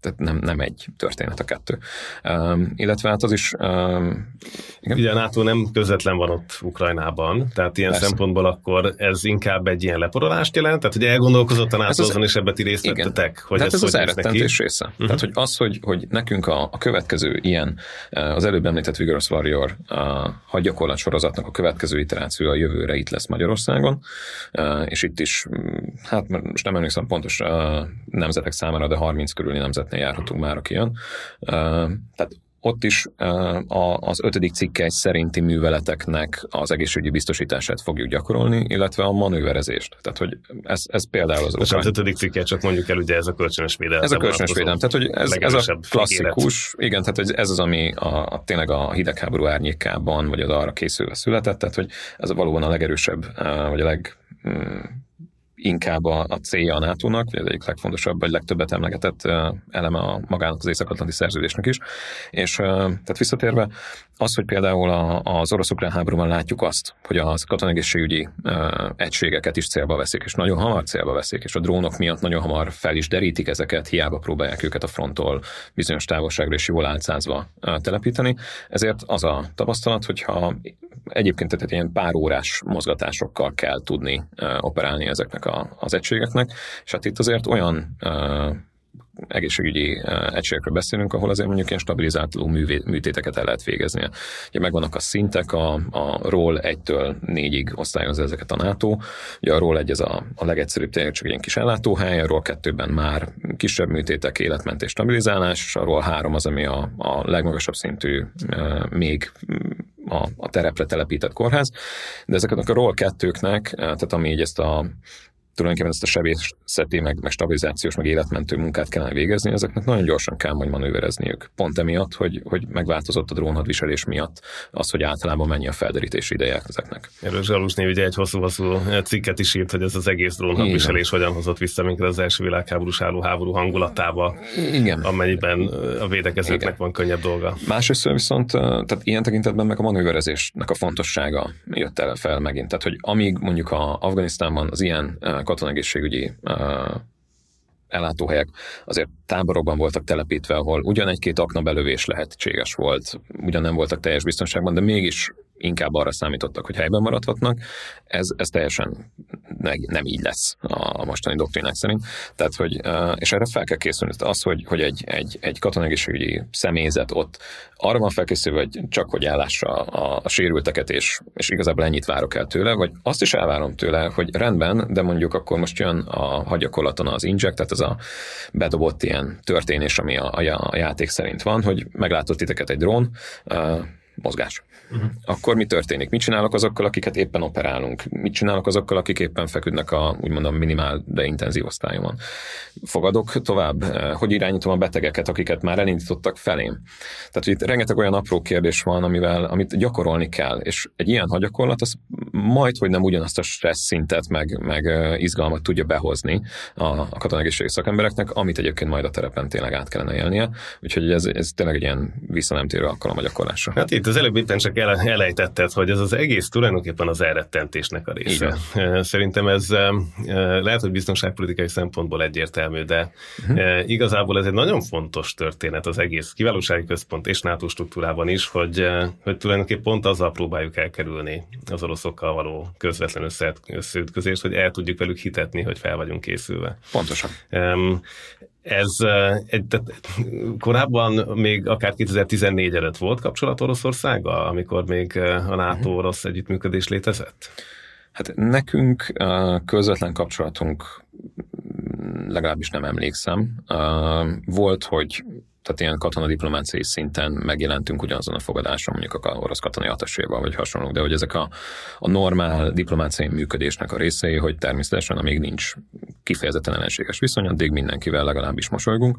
tehát nem, nem egy történet a kettő. Um, illetve hát az is... Um, igen? Ugye a NATO nem közvetlen van ott Ukrajnában, tehát ilyen Persze. szempontból akkor ez inkább egy ilyen leporolást jelent, tehát hogy elgondolkozott a NATO azon, és ebbe ti részt vettetek, hogy ez, ez az elrettentés része. Uh-huh. Tehát, hogy az, hogy, hogy nekünk a, a következő ilyen, az előbb említett Vigorous Warrior hadgyakorlat sorozatnak a következő iteráció a jövőre itt lesz Magyarországon, uh, és itt is, hát most nem emlékszem pontos uh, nemzetek számára, de harminc körüli nemzetnél járhatunk már, aki jön. Uh, tehát ott is uh, az ötödik cikkely szerinti műveleteknek az egészségügyi biztosítását fogjuk gyakorolni, illetve a manőverezést. Tehát, hogy ez, ez például az ukrán... Az ötödik cikkely, csak mondjuk el, ugye ez a kölcsönös védelem. Ez a kölcsönös védelem. Tehát, hogy ez, ez a klasszikus, ígéret. Igen, tehát ez az, ami a, a, tényleg a hidegháború árnyékában, vagy az arra készülve született, tehát, hogy ez valóban a legerősebb, uh, vagy a leg... Um, inkább a, a célja a nátónak, vagy az egyik legfontosabb, vagy legtöbbet emlegetett uh, eleme a magának az Észak-atlanti szerződésnek is. És uh, tehát visszatérve, az, hogy például a, az orosz-ukrán háborúban látjuk azt, hogy az katonegészségügyi uh, egységeket is célba veszik, és nagyon hamar célba veszik, és a drónok miatt nagyon hamar fel is derítik ezeket, hiába próbálják őket a fronttól bizonyos távolságra és jól álcázva uh, telepíteni. Ezért az a tapasztalat, hogyha egyébként tehát ilyen pár órás mozgatásokkal kell tudni uh, operálni ezeknek a, az egységeknek, és hát itt azért olyan uh, egészségügyi uh, egységekről beszélünk, ahol azért mondjuk ilyen stabilizáló művé, műtéteket el lehet végezni. Ugye megvannak a szintek, a, a ról egytől négyig osztályozza ezeket a NATO. Ugye a ról egy ez a, a legegyszerűbb, tényleg csak ilyen kis ellátóhely, a ról kettőben már kisebb műtétek, életmentés, stabilizálás, és a ról három az, ami a, a legmagasabb szintű uh, még a, a terepre telepített kórház, de ezeknek a ról kettőknek, tehát ami így ezt a tulajdonképpen ezt a sebészeti, meg, meg stabilizációs, meg életmentő munkát kellene végezni, ezeknek nagyon gyorsan kell majd manőverezniük. Pont emiatt, hogy, hogy megváltozott a drónhadviselés miatt az, hogy általában mennyi a felderítési ideje ezeknek. Erről Zsalusné ugye egy hosszú-hosszú cikket is írt, hogy ez az egész drónhadviselés hogyan hozott vissza minket az első világháborús álló háború hangulatába, Igen. amennyiben a védekezőknek Igen. van könnyebb dolga. Másrészt viszont, tehát ilyen tekintetben meg a manőverezésnek a fontossága jött el fel megint. Tehát, hogy amíg mondjuk a Afganisztánban az ilyen katonegészségügyi uh, ellátóhelyek azért táborokban voltak telepítve, ahol ugyan egy-két aknabelövés lehetséges volt, ugyan nem voltak teljes biztonságban, de mégis inkább arra számítottak, hogy helyben maradhatnak. Ez, ez teljesen nem így lesz a mostani doktrinák szerint. Tehát, hogy, és erre fel kell készülni. Tehát az, hogy, hogy egy, egy, egy katonegészségügyi személyzet ott arra van felkészülve, hogy csak hogy ellássa a, a sérülteket, és, és igazából ennyit várok el tőle, vagy azt is elvárom tőle, hogy rendben, de mondjuk akkor most jön a hadgyakorlaton az inject, tehát az a bedobott ilyen történés, ami a, a, a játék szerint van, hogy meglátott titeket egy drón, uh, mozgás. Uh-huh. Akkor mi történik? Mit csinálok azokkal, akiket éppen operálunk? Mit csinálok azokkal, akik éppen feküdnek a úgymond a minimál, de intenzív osztályomon? Fogadok tovább? Hogy irányítom a betegeket, akiket már elindítottak felém? Tehát, hogy itt rengeteg olyan apró kérdés van, amivel, amit gyakorolni kell, és egy ilyen hadgyakorlat az majd, hogy nem ugyanazt a stressz szintet, meg, meg izgalmat tudja behozni a, a katonegészségi szakembereknek, amit egyébként majd a terepen tényleg át kellene élnie. Úgyhogy ez, ez tényleg egy ilyen visszanemtérő alkalom a gyakorlásra. Hát itt az előbb éppen csak elejtetted, hogy ez az egész tulajdonképpen az elrettentésnek a része. Igen. Szerintem ez lehet, hogy biztonságpolitikai szempontból egyértelmű, de uh-huh. igazából ez egy nagyon fontos történet az egész kiválósági központ és NATO struktúrában is, hogy, hogy tulajdonképpen pont azzal próbáljuk elkerülni az oroszokkal való közvetlen összeütközést, hogy el tudjuk velük hitetni, hogy fel vagyunk készülve. Pontosan. Um, Ez egy, tehát korábban még akár kétezer-tizennégy előtt volt kapcsolat Oroszországgal, amikor még a NATO-orosz együttműködés létezett? Hát nekünk közvetlen kapcsolatunk legalábbis nem emlékszem. Volt, hogy tehát ilyen katonadiplomáciai szinten megjelentünk ugyanazon a fogadáson, mondjuk a orosz katonai attaséval, vagy hasonlók, de hogy ezek a, a normál diplomáciai működésnek a részei, hogy természetesen, amíg nincs kifejezetten ellenséges viszony, addig mindenkivel legalábbis mosolygunk,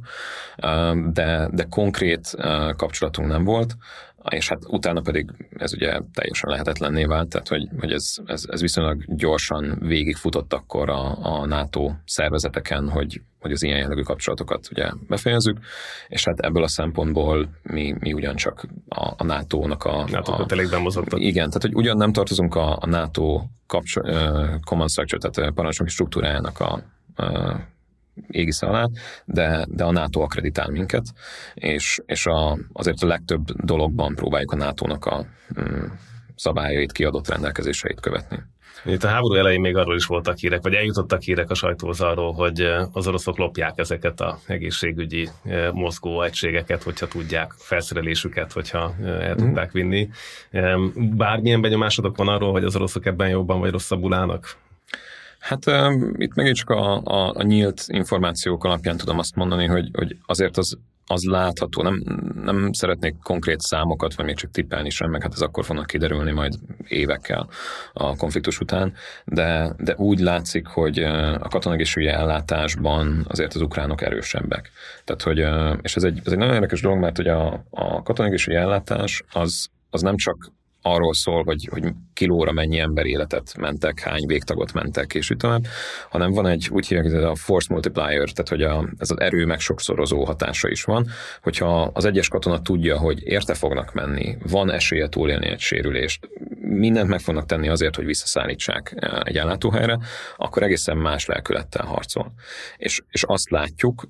de, de konkrét kapcsolatunk nem volt, és hát utána pedig ez ugye teljesen lehetetlenné vált, tehát hogy, hogy ez, ez, ez viszonylag gyorsan végigfutott akkor a, a NATO szervezeteken, hogy, hogy az ilyen jellegű kapcsolatokat ugye befejezzük, és hát ebből a szempontból mi, mi ugyancsak a, a NATO-nak a... NATO-kat elég bemozogtak. Igen, tehát hogy ugyan nem tartozunk a, a NATO kapcsol, uh, command structure, tehát parancsnoki struktúrájának a uh, égisze alá, de, de a NATO akreditál minket, és, és a, azért a legtöbb dologban próbáljuk a nátónak a mm, szabályait, kiadott rendelkezéseit követni. Itt a háború elején még arról is voltak hírek, vagy eljutottak hírek a sajtóhoz arról, hogy az oroszok lopják ezeket az egészségügyi mozgó egységeket, hogyha tudják, felszerelésüket, hogyha el tudták vinni. Bármilyen benyomásodok van arról, hogy az oroszok ebben jobban vagy rosszabbul állnak? Hát um, itt megint csak a, a, a nyílt információk alapján tudom azt mondani, hogy, hogy azért az, az látható. Nem, nem szeretnék konkrét számokat, vagy még csak tippelni sem, meg hát ez akkor fognak kiderülni majd évekkel a konfliktus után, de, de úgy látszik, hogy a katonagészségügyi ellátásban azért az ukránok erősebbek. Tehát, hogy, és ez egy, ez egy nagyon érdekes dolog, mert hogy a, a katonagészségügyi ellátás az, az nem csak arról szól, hogy, hogy kilóra mennyi ember életet mentek, hány végtagot mentek, és így tovább, hanem van egy, úgy hívják, hogy a force multiplier, tehát hogy a, ez az erő megsokszorozó hatása is van, hogyha az egyes katona tudja, hogy érte fognak menni, van esélye túlélni egy sérülést, mindent meg fognak tenni azért, hogy visszaszállítsák egy ellátóhelyre, akkor egészen más lelkülettel harcol. És, és azt látjuk,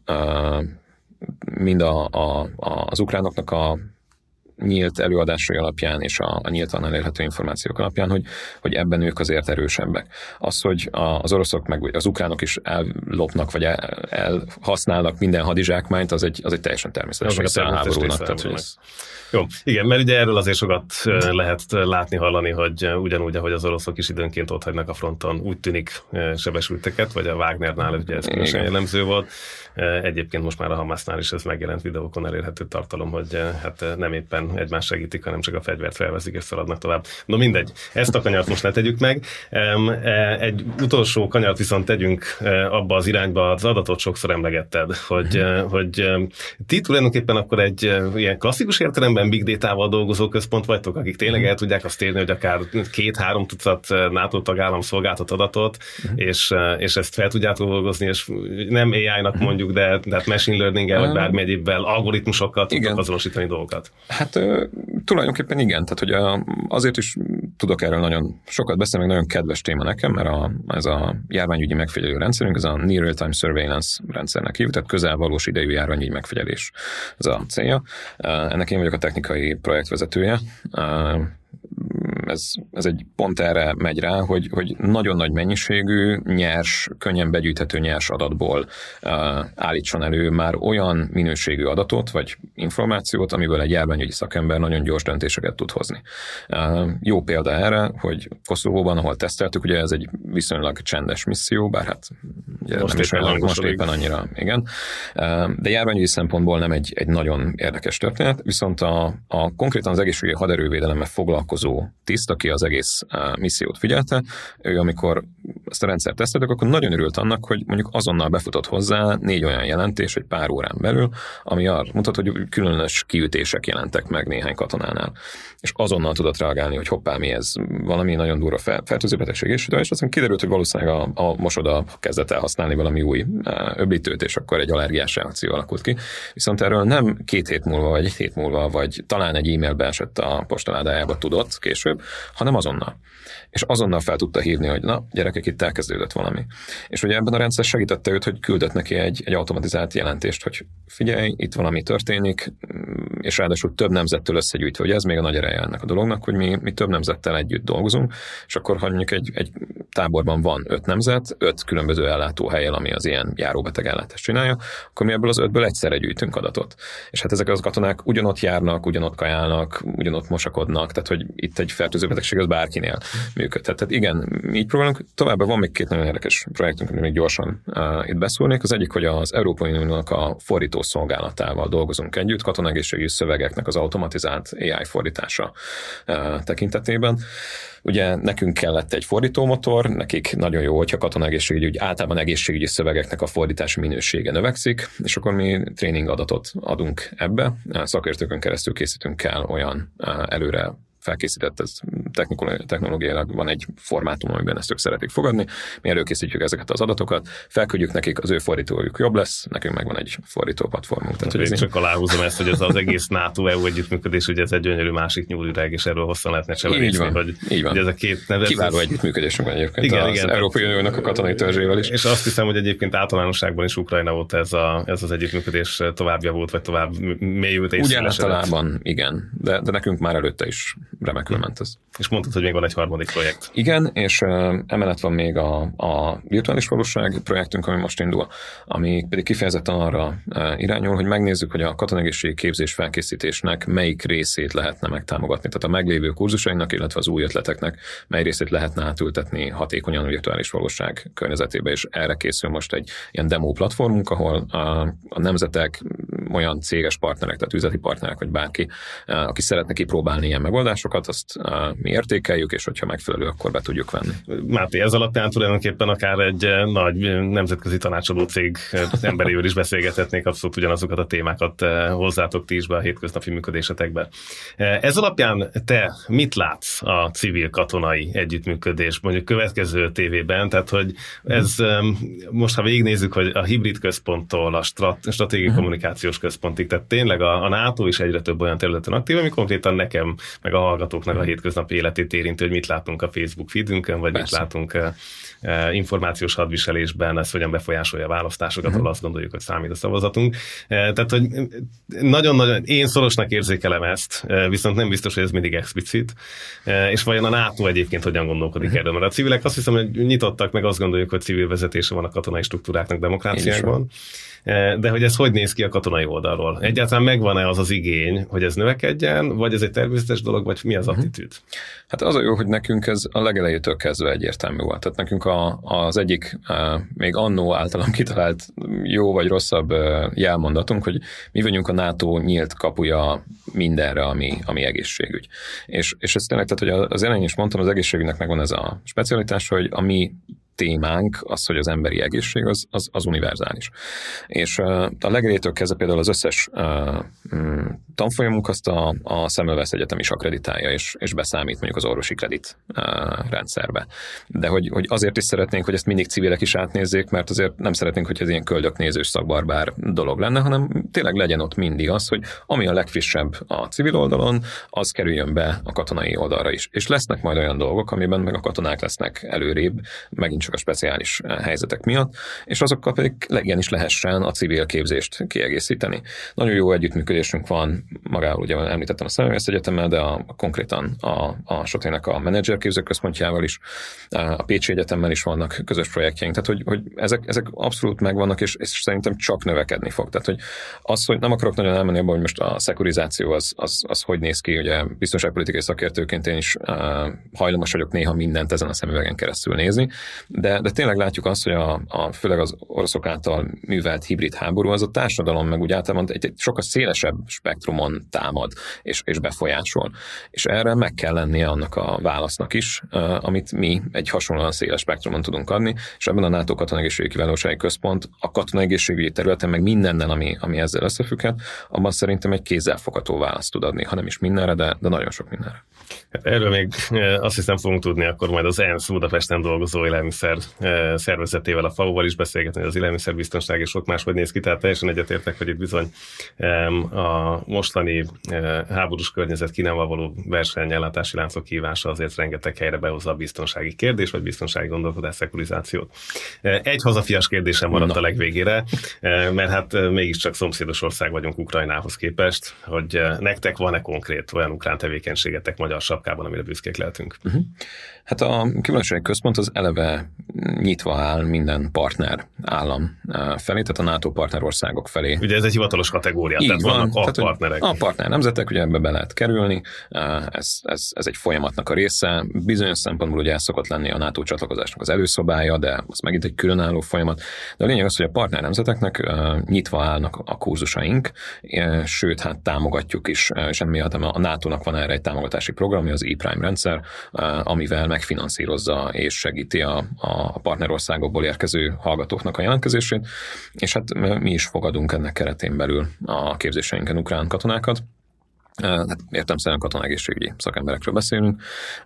mind a, a, a, az ukránoknak a nyílt előadásai alapján és a, a nyíltan elérhető információk alapján, hogy, hogy ebben ők azért erősebbek. Az, hogy az oroszok meg az ukránok is ellopnak, vagy el, elhasználnak minden hadizsákmányt, az egy, az egy teljesen természetes része a háborúnak. Tehát, hogy ez... Jó, igen, mert ugye erről azért sokat lehet látni, hallani, hogy ugyanúgy, ahogy az oroszok is időnként ott hagynak a fronton, úgy tűnik sebesülteket, vagy a Wagnernál ugye ez különösen jellemző volt. Egyébként most már a Hamasnál is ez megjelent videókon elérhető tartalom, hogy hát nem éppen egymást segítik, hanem csak a fegyvert felveszik és szaladnak tovább. No mindegy, ezt a kanyart most ne tegyük meg. Egy utolsó kanyart viszont tegyünk abba az irányba, az adatot sokszor emlegetted, hogy, hmm. hogy ti tulajdonképpen akkor egy ilyen klasszikus értelemben big data-val dolgozó központ vagytok, akik tényleg el tudják azt érni, hogy akár két-három tucat NATO tagállam szolgáltat adatot, hmm. és, és ezt fel tudjátok dolgozni, és nem á í-nak mondjuk, de, de machine learning-el, vagy bármi egyébben algoritmusokkal tudtok azonosítani dolgokat. Hát tulajdonképpen igen, tehát hogy azért is tudok erről nagyon sokat beszélni, meg nagyon kedves téma nekem, mert a, ez a járványügyi megfigyelő rendszerünk, ez a Near Real-Time Surveillance rendszernek hívjuk, tehát közelvalós idejű járványügyi megfigyelés, ez a célja. Ennek én vagyok a technikai projektvezetője. Ez, ez egy pont erre megy rá, hogy, hogy nagyon nagy mennyiségű, nyers, könnyen begyűjthető nyers adatból uh, állítson elő már olyan minőségű adatot, vagy információt, amiből egy járványügyi szakember nagyon gyors döntéseket tud hozni. Uh, jó példa erre, hogy Koszovóban, ahol teszteltük, ugye ez egy viszonylag csendes misszió, bár hát ugye most, nem éppen, is olyan, most éppen annyira, igen. Uh, de járványügyi szempontból nem egy, egy nagyon érdekes történet, viszont a, a konkrétan az egészségügyi haderővédelemmel foglalkozó tiszt, aki az egész uh, missziót figyelte, ő amikor ezt a rendszert teszteltek, akkor nagyon örült annak, hogy mondjuk azonnal befutott hozzá négy olyan jelentés egy pár órán belül, ami arra mutat, hogy különös kiütések jelentek meg néhány katonánál. És azonnal tudott reagálni, hogy hoppá, mi ez, valami nagyon durva fel, fertőző betegség, és, és aztán kiderült, hogy valószínűleg a, a mosoda kezdett el használni valami új uh, öblítőt, és akkor egy allergiás reakció alakult ki. Viszont erről nem két hét múlva, vagy egy hét múlva, vagy talán egy e-mailbe esett a postaládájába tudott később, hanem azonnal. És azonnal fel tudta hívni, hogy na, gyerekek, itt elkezdődött valami. És ugye ebben a rendszer segítette őt, hogy küldött neki egy, egy automatizált jelentést, hogy figyelj, itt valami történik, és ráadásul több nemzettől összegyűjtve, hogy ez még a nagy ereje ennek a dolognak, hogy mi, mi több nemzettel együtt dolgozunk, és akkor, ha mondjuk egy, egy táborban van öt nemzet, öt különböző ellátóhelyen, ami az ilyen járóbeteg ellátást csinálja, akkor mi ebből az ötből egyszerre gyűjtünk adatot. És hát ezek az katonák ugyanott járnak, ugyanott kajálnak, ugyanott mosakodnak, tehát hogy itt egy fertőző betegség az bárkinél működhet. Tehát igen, így próbálunk. Továbbá van még két nagyon érdekes projektünk, amit még gyorsan uh, itt beszólnék. Az egyik, hogy az Európai Uniónak a fordító szolgálatával dolgozunk együtt, katonagészségügyi szövegeknek az automatizált á í fordítása uh, tekintetében. Ugye nekünk kellett egy fordítómotor, nekik nagyon jó, hogyha katonagészségügyi, úgy általában egészségügyi szövegeknek a fordítási minősége növekszik, és akkor mi tréning adatot adunk ebbe. Szakértőkön keresztül készítünk el olyan uh, előre felkészített, ez technológiailag van egy formátum, amiben ezt ők szeretik fogadni, mi előkészítjük ezeket az adatokat, felküldjük nekik, az ő fordítójuk jobb lesz, nekünk megvan egy fordító platformunk. Tehát, én csak aláhúzom ezt, hogy ez az egész NATO-é u együttműködés, ugye ez egy gyönyörű másik nyúlüreg, és erről hosszan lehetne cseverészni, hogy, hogy ez a két nevezés. Kiváló együttműködésünk van egyébként igen, az igen, Európai Uniónak a katonai törzsével is. És azt hiszem, hogy egyébként általánosságban is Ukrajna óta ez, a, ez az együttműködés tovább javult, vagy tovább mélyült és ugye általában igen, de, de nekünk már előtte is remekül ment ez. És mondtad, hogy még van egy harmadik projekt. Igen, és uh, emellett van még a, a virtuális valóság projektünk, ami most indul, ami pedig kifejezetten arra uh, irányul, hogy megnézzük, hogy a katonai képzés felkészítésnek melyik részét lehetne megtámogatni. Tehát a meglévő kurzusainak, illetve az új ötleteknek mely részét lehetne átültetni hatékonyan a virtuális valóság környezetébe, és erre készül most egy ilyen demo platformunk, ahol a, a nemzetek, olyan céges partnerek, tehát üzleti partnerek, vagy bárki, uh, aki szeretne kipróbálni ilyen megoldásokat, azt uh, mi értékeljük, és hogyha megfelelő, akkor be tudjuk venni. Máté, ez alapján tulajdonképpen akár egy nagy nemzetközi tanácsadó cég emberével is beszélgethetnék, abszolút ugyanazokat a témákat hozzátok ti is be a hétköznapi működésetekbe. Ez alapján te mit látsz a civil-katonai együttműködés, mondjuk következő tévében, tehát hogy ez most, ha végignézzük, hogy a hibrid központtól a strat, stratégiai uh-huh. kommunikációs központig, tehát tényleg a, a NATO is egyre több olyan területen aktív, ami konkrétan nekem, meg a hallgatóknak a hétköznapi életét érinti, hogy mit látunk a Facebook feedünkön, vagy Persze. mit látunk uh, uh, információs hadviselésben, ez hogyan befolyásolja a választásokat, uh-huh. ahol azt gondoljuk, hogy számít a szavazatunk. Uh, tehát, hogy nagyon-nagyon, én szorosnak érzékelem ezt, uh, viszont nem biztos, hogy ez mindig explicit, uh, és vajon a NATO egyébként hogyan gondolkodik uh-huh. erről, mert a civilek azt hiszem, hogy nyitottak, meg azt gondoljuk, hogy civil vezetése van a katonai struktúráknak demokráciákban. De hogy ez hogy néz ki a katonai oldalról? Egyáltalán megvan-e az az igény, hogy ez növekedjen, vagy ez egy természetes dolog, vagy mi az uh-huh. attitűd? Hát az a jó, hogy nekünk ez a legelejétől kezdve egyértelmű volt. Tehát nekünk a, az egyik uh, még annó általam kitalált jó vagy rosszabb uh, jelmondatunk, hogy mi vagyunk a NATO nyílt kapuja mindenre, ami, ami egészségügy. És, és ez tényleg, tehát hogy az elején is mondtam, az egészségügynek megvan ez a specialitás, hogy a mi témánk, az, hogy az emberi egészség, az, az, az univerzális. És uh, a legelejétől kezdve például az összes uh, um, tanfolyamunk azt a, a Semmelweis Egyetem is akreditálja, és, és beszámít mondjuk az orvosi kredit uh, rendszerbe. De hogy, hogy azért is szeretnénk, hogy ezt mindig civilek is átnézzék, mert azért nem szeretnénk, hogy ez ilyen köldöknézős szakbarbár dolog lenne, hanem tényleg legyen ott mindig az, hogy ami a legfrissebb a civil oldalon, az kerüljön be a katonai oldalra is. És lesznek majd olyan dolgok, amiben meg a katonák lesznek előrébb, megint csak a speciális helyzetek miatt, és azokkal pedig igenis lehessen a civil képzést kiegészíteni. Nagyon jó együttműködésünk van, magáról ugye említettem a Semmelweis Egyetemmel, de a, a konkrétan a, a Sotének a menedzser képzőközpontjával is, a Pécsi Egyetemmel is vannak közös projektjeink, tehát hogy, hogy ezek, ezek abszolút megvannak, és, és szerintem csak növekedni fog. Tehát, hogy az, hogy nem akarok nagyon elmenni abban, hogy most a szekurizáció az, az, az hogy néz ki, ugye biztonságpolitikai szakértőként én is uh, hajlamos vagyok néha mindent ezen a szemüvegen keresztül nézni, De, de tényleg látjuk azt, hogy a, a, főleg az oroszok által művelt hibrid háború az a társadalom meg úgy általában egy, egy sokkal szélesebb spektrumon támad és, és befolyásol. És erre meg kell lennie annak a válasznak is, uh, amit mi egy hasonlóan széles spektrumon tudunk adni, és ebben a NATO Katonai Egészségügyi Kiválósági Központ a katonai egészségügyi területen meg mindennel, ami, ami ezzel összefügghet, abban szerintem egy kézzelfogható választ tud adni, ha nem is mindenre, de, de nagyon sok mindenre. Hát erről még azt hiszem fogunk tudni, akkor majd az ENSZ Budapesten dolgozó élelmiszer szervezetével, a ef á o-val is beszélgetni, hogy az élelmiszerbiztonság és sok más hogy néz ki, tehát teljesen egyetértek, hogy itt bizony a mostani háborús környezet Kínával való versenyellátási láncok hívása azért rengeteg helyre behozza a biztonsági kérdés, vagy biztonsági gondolkodás, szekurizációt. Egy hazafias kérdésem maradt Na. a legvégére, mert hát mégiscsak szomszédos ország vagyunk Ukrajnához képest, hogy nektek van-e konkrét olyan ukrán tevékenységetek magyar sapkában, amire büszkék lehetünk? Uh-huh. Hát a Kiválósági Központ az eleve nyitva áll minden partner állam felé, tehát a NATO partnerországok felé. Ugye ez egy hivatalos kategória, így tehát van, vannak a tehát, partnerek. A partner nemzetek, ugye ebbe be lehet kerülni, ez, ez, ez egy folyamatnak a része. Bizonyos szempontból ugye ez szokott lenni a NATO csatlakozásnak az előszobája, de az megint egy különálló folyamat. De a lényeg az, hogy a partner nemzeteknek nyitva állnak a kurzusaink, sőt, hát támogatjuk is, és emiatt a nátónak van erre egy támogatási programja, az e-Prime rendszer, amivel megfinanszírozza és segíti a, a partnerországokból érkező hallgatóknak a jelentkezését, és hát mi is fogadunk ennek keretén belül a képzéseinken ukrán katonákat. Hát értelemszerűen katonaegészségügyi szakemberekről beszélünk.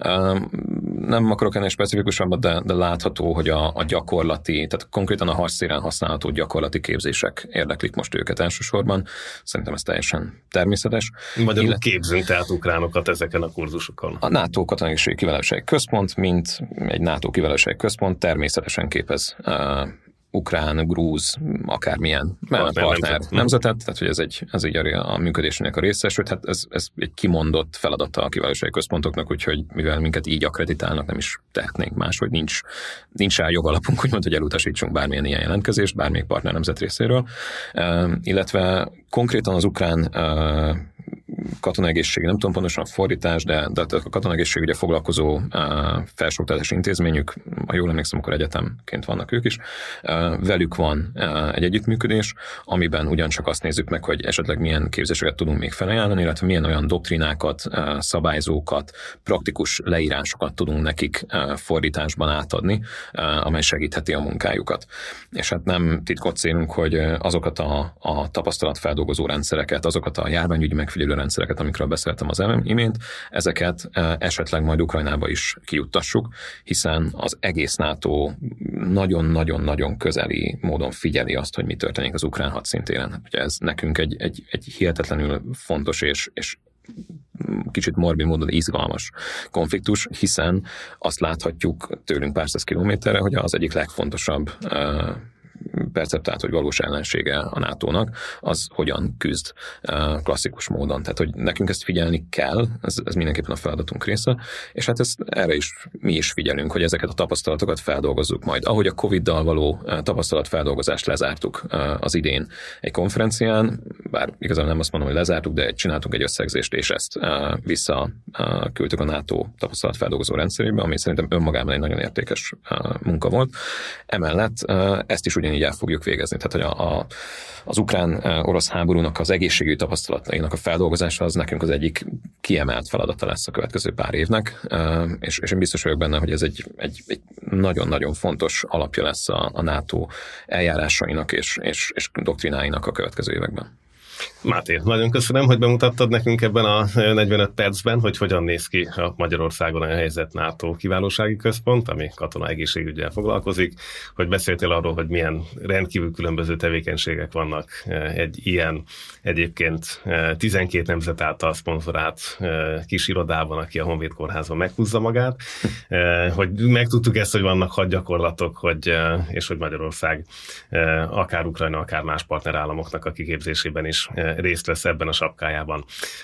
Nem akarok ennél specifikusabbat, de, de látható, hogy a, a gyakorlati, tehát konkrétan a harctéren használható gyakorlati képzések érdeklik most őket elsősorban. Szerintem ez teljesen természetes. Magyarul Illet... képzünk tehát ukránokat ezeken a kurzusokon. A NATO Katonaegészségügyi Kivelőségi Központ, mint egy NATO kivelőségi központ természetesen képez uh, ukrán, grúz, akármilyen partner, partner nemzet. nemzetet, tehát hogy ez egy, ez egy a, a működésének a része, sőt, hát ez, ez egy kimondott feladata a kivelőségi központoknak, úgyhogy mivel minket így akreditálnak, nem is tehetnénk más, hogy nincs, nincs rá jogalapunk, úgymond, hogy elutasítsunk bármilyen ilyen jelentkezést, bármelyik partner nemzet részéről, uh, illetve konkrétan az ukrán uh, katonaegészség, nem tudom pontosan a fordítás, de, de a katonaegészség ugye foglalkozó uh, felsőoktatási intézményük, ha jól emlékszem, akkor egyetemként vannak ők is. Uh, velük van uh, egy együttműködés, amiben ugyancsak azt nézzük meg, hogy esetleg milyen képzéseket tudunk még felajánlani, illetve milyen olyan doktrinákat, uh, szabályzókat, praktikus leírásokat tudunk nekik uh, fordításban átadni, uh, amely segítheti a munkájukat. És hát nem titkot célunk, hogy azokat a, a tapasztalatfeldolgozó rendszereket, azokat a járványügyi megfigyelő rendszereket, amikről beszéltem az imént, ezeket esetleg majd Ukrajnába is kijuttassuk, hiszen az egész NATO nagyon-nagyon-nagyon közeli módon figyeli azt, hogy mi történik az ukrán hadszintéren. Ugye ez nekünk egy, egy, egy hihetetlenül fontos és, és kicsit morbid módon izgalmas konfliktus, hiszen azt láthatjuk tőlünk pár száz kilométerre, hogy az egyik legfontosabb perceptált, hogy valós ellensége a nátónak, az hogyan küzd klasszikus módon. Tehát, hogy nekünk ezt figyelni kell, ez, ez mindenképpen a feladatunk része, és hát ezt, erre is mi is figyelünk, hogy ezeket a tapasztalatokat feldolgozzuk majd. Ahogy a Coviddal való tapasztalatfeldolgozást lezártuk az idén egy konferencián, bár igazából nem azt mondom, hogy lezártuk, de csináltunk egy összegzést, és ezt visszaküldtük a NATO tapasztalatfeldolgozó rendszerébe, ami szerintem önmagában egy nagyon értékes munka volt. Emellett ezt is ugyanígy el fogjuk végezni. Tehát, hogy a, a, az ukrán-orosz háborúnak az egészségügyi tapasztalatainak a feldolgozása az nekünk az egyik kiemelt feladata lesz a következő pár évnek, és, és én biztos vagyok benne, hogy ez egy, egy, egy nagyon-nagyon fontos alapja lesz a, a NATO eljárásainak és, és, és doktrináinak a következő években. Máté, nagyon köszönöm, hogy bemutattad nekünk ebben a negyvenöt percben, hogy hogyan néz ki a Magyarországon a helyzet NATO kiválósági központ, ami katona egészségügyel foglalkozik, hogy beszéltél arról, hogy milyen rendkívül különböző tevékenységek vannak egy ilyen egyébként tizenkét nemzet által szponzorált kis irodában, aki a Honvéd Kórházban meghúzza magát, hogy megtudtuk ezt, hogy vannak hadgyakorlatok, hogy, és hogy Magyarország akár Ukrajna, akár más partnerállamoknak a kiképzésében is részt vesz ebben a sapkájában.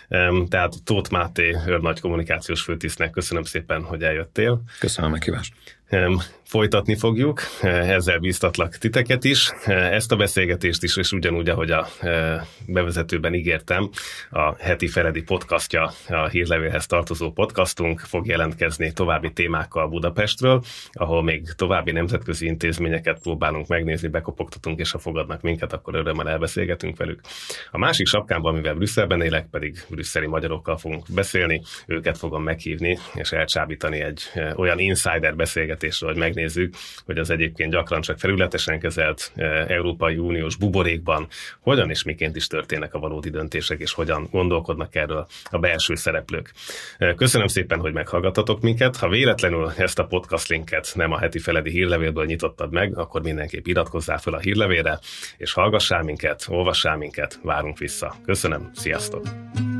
Tehát Tóth Máté őrnagy kommunikációs főtisztnek köszönöm szépen, hogy eljöttél. Köszönöm a meghívást. Folytatni fogjuk, ezzel bíztatlak titeket is. Ezt a beszélgetést is, és ugyanúgy, ahogy a bevezetőben ígértem, a heti Feledi podcastja, a Hírlevélhez tartozó podcastunk fog jelentkezni további témákkal Budapestről, ahol még további nemzetközi intézményeket próbálunk megnézni, bekopogtatunk, és ha fogadnak minket, akkor örömmel elbeszélgetünk velük. A másik sapkámban, mivel Brüsszelben élek, pedig brüsszeli magyarokkal fogunk beszélni, őket fogom meghívni, és elcsábítani egy olyan insider beszélgetésről, hogy megnézzük, hogy az egyébként gyakran csak felületesen kezelt Európai Uniós buborékban hogyan és miként is történnek a valódi döntések, és hogyan gondolkodnak erről a belső szereplők. Köszönöm szépen, hogy meghallgattatok minket. Ha véletlenül ezt a podcast linket nem a heti Feledi hírlevélből nyitottad meg, akkor mindenképp iratkozzál fel a hírlevélre, és hallgassál minket, olvassál minket, várunk vissza. Köszönöm, sziasztok!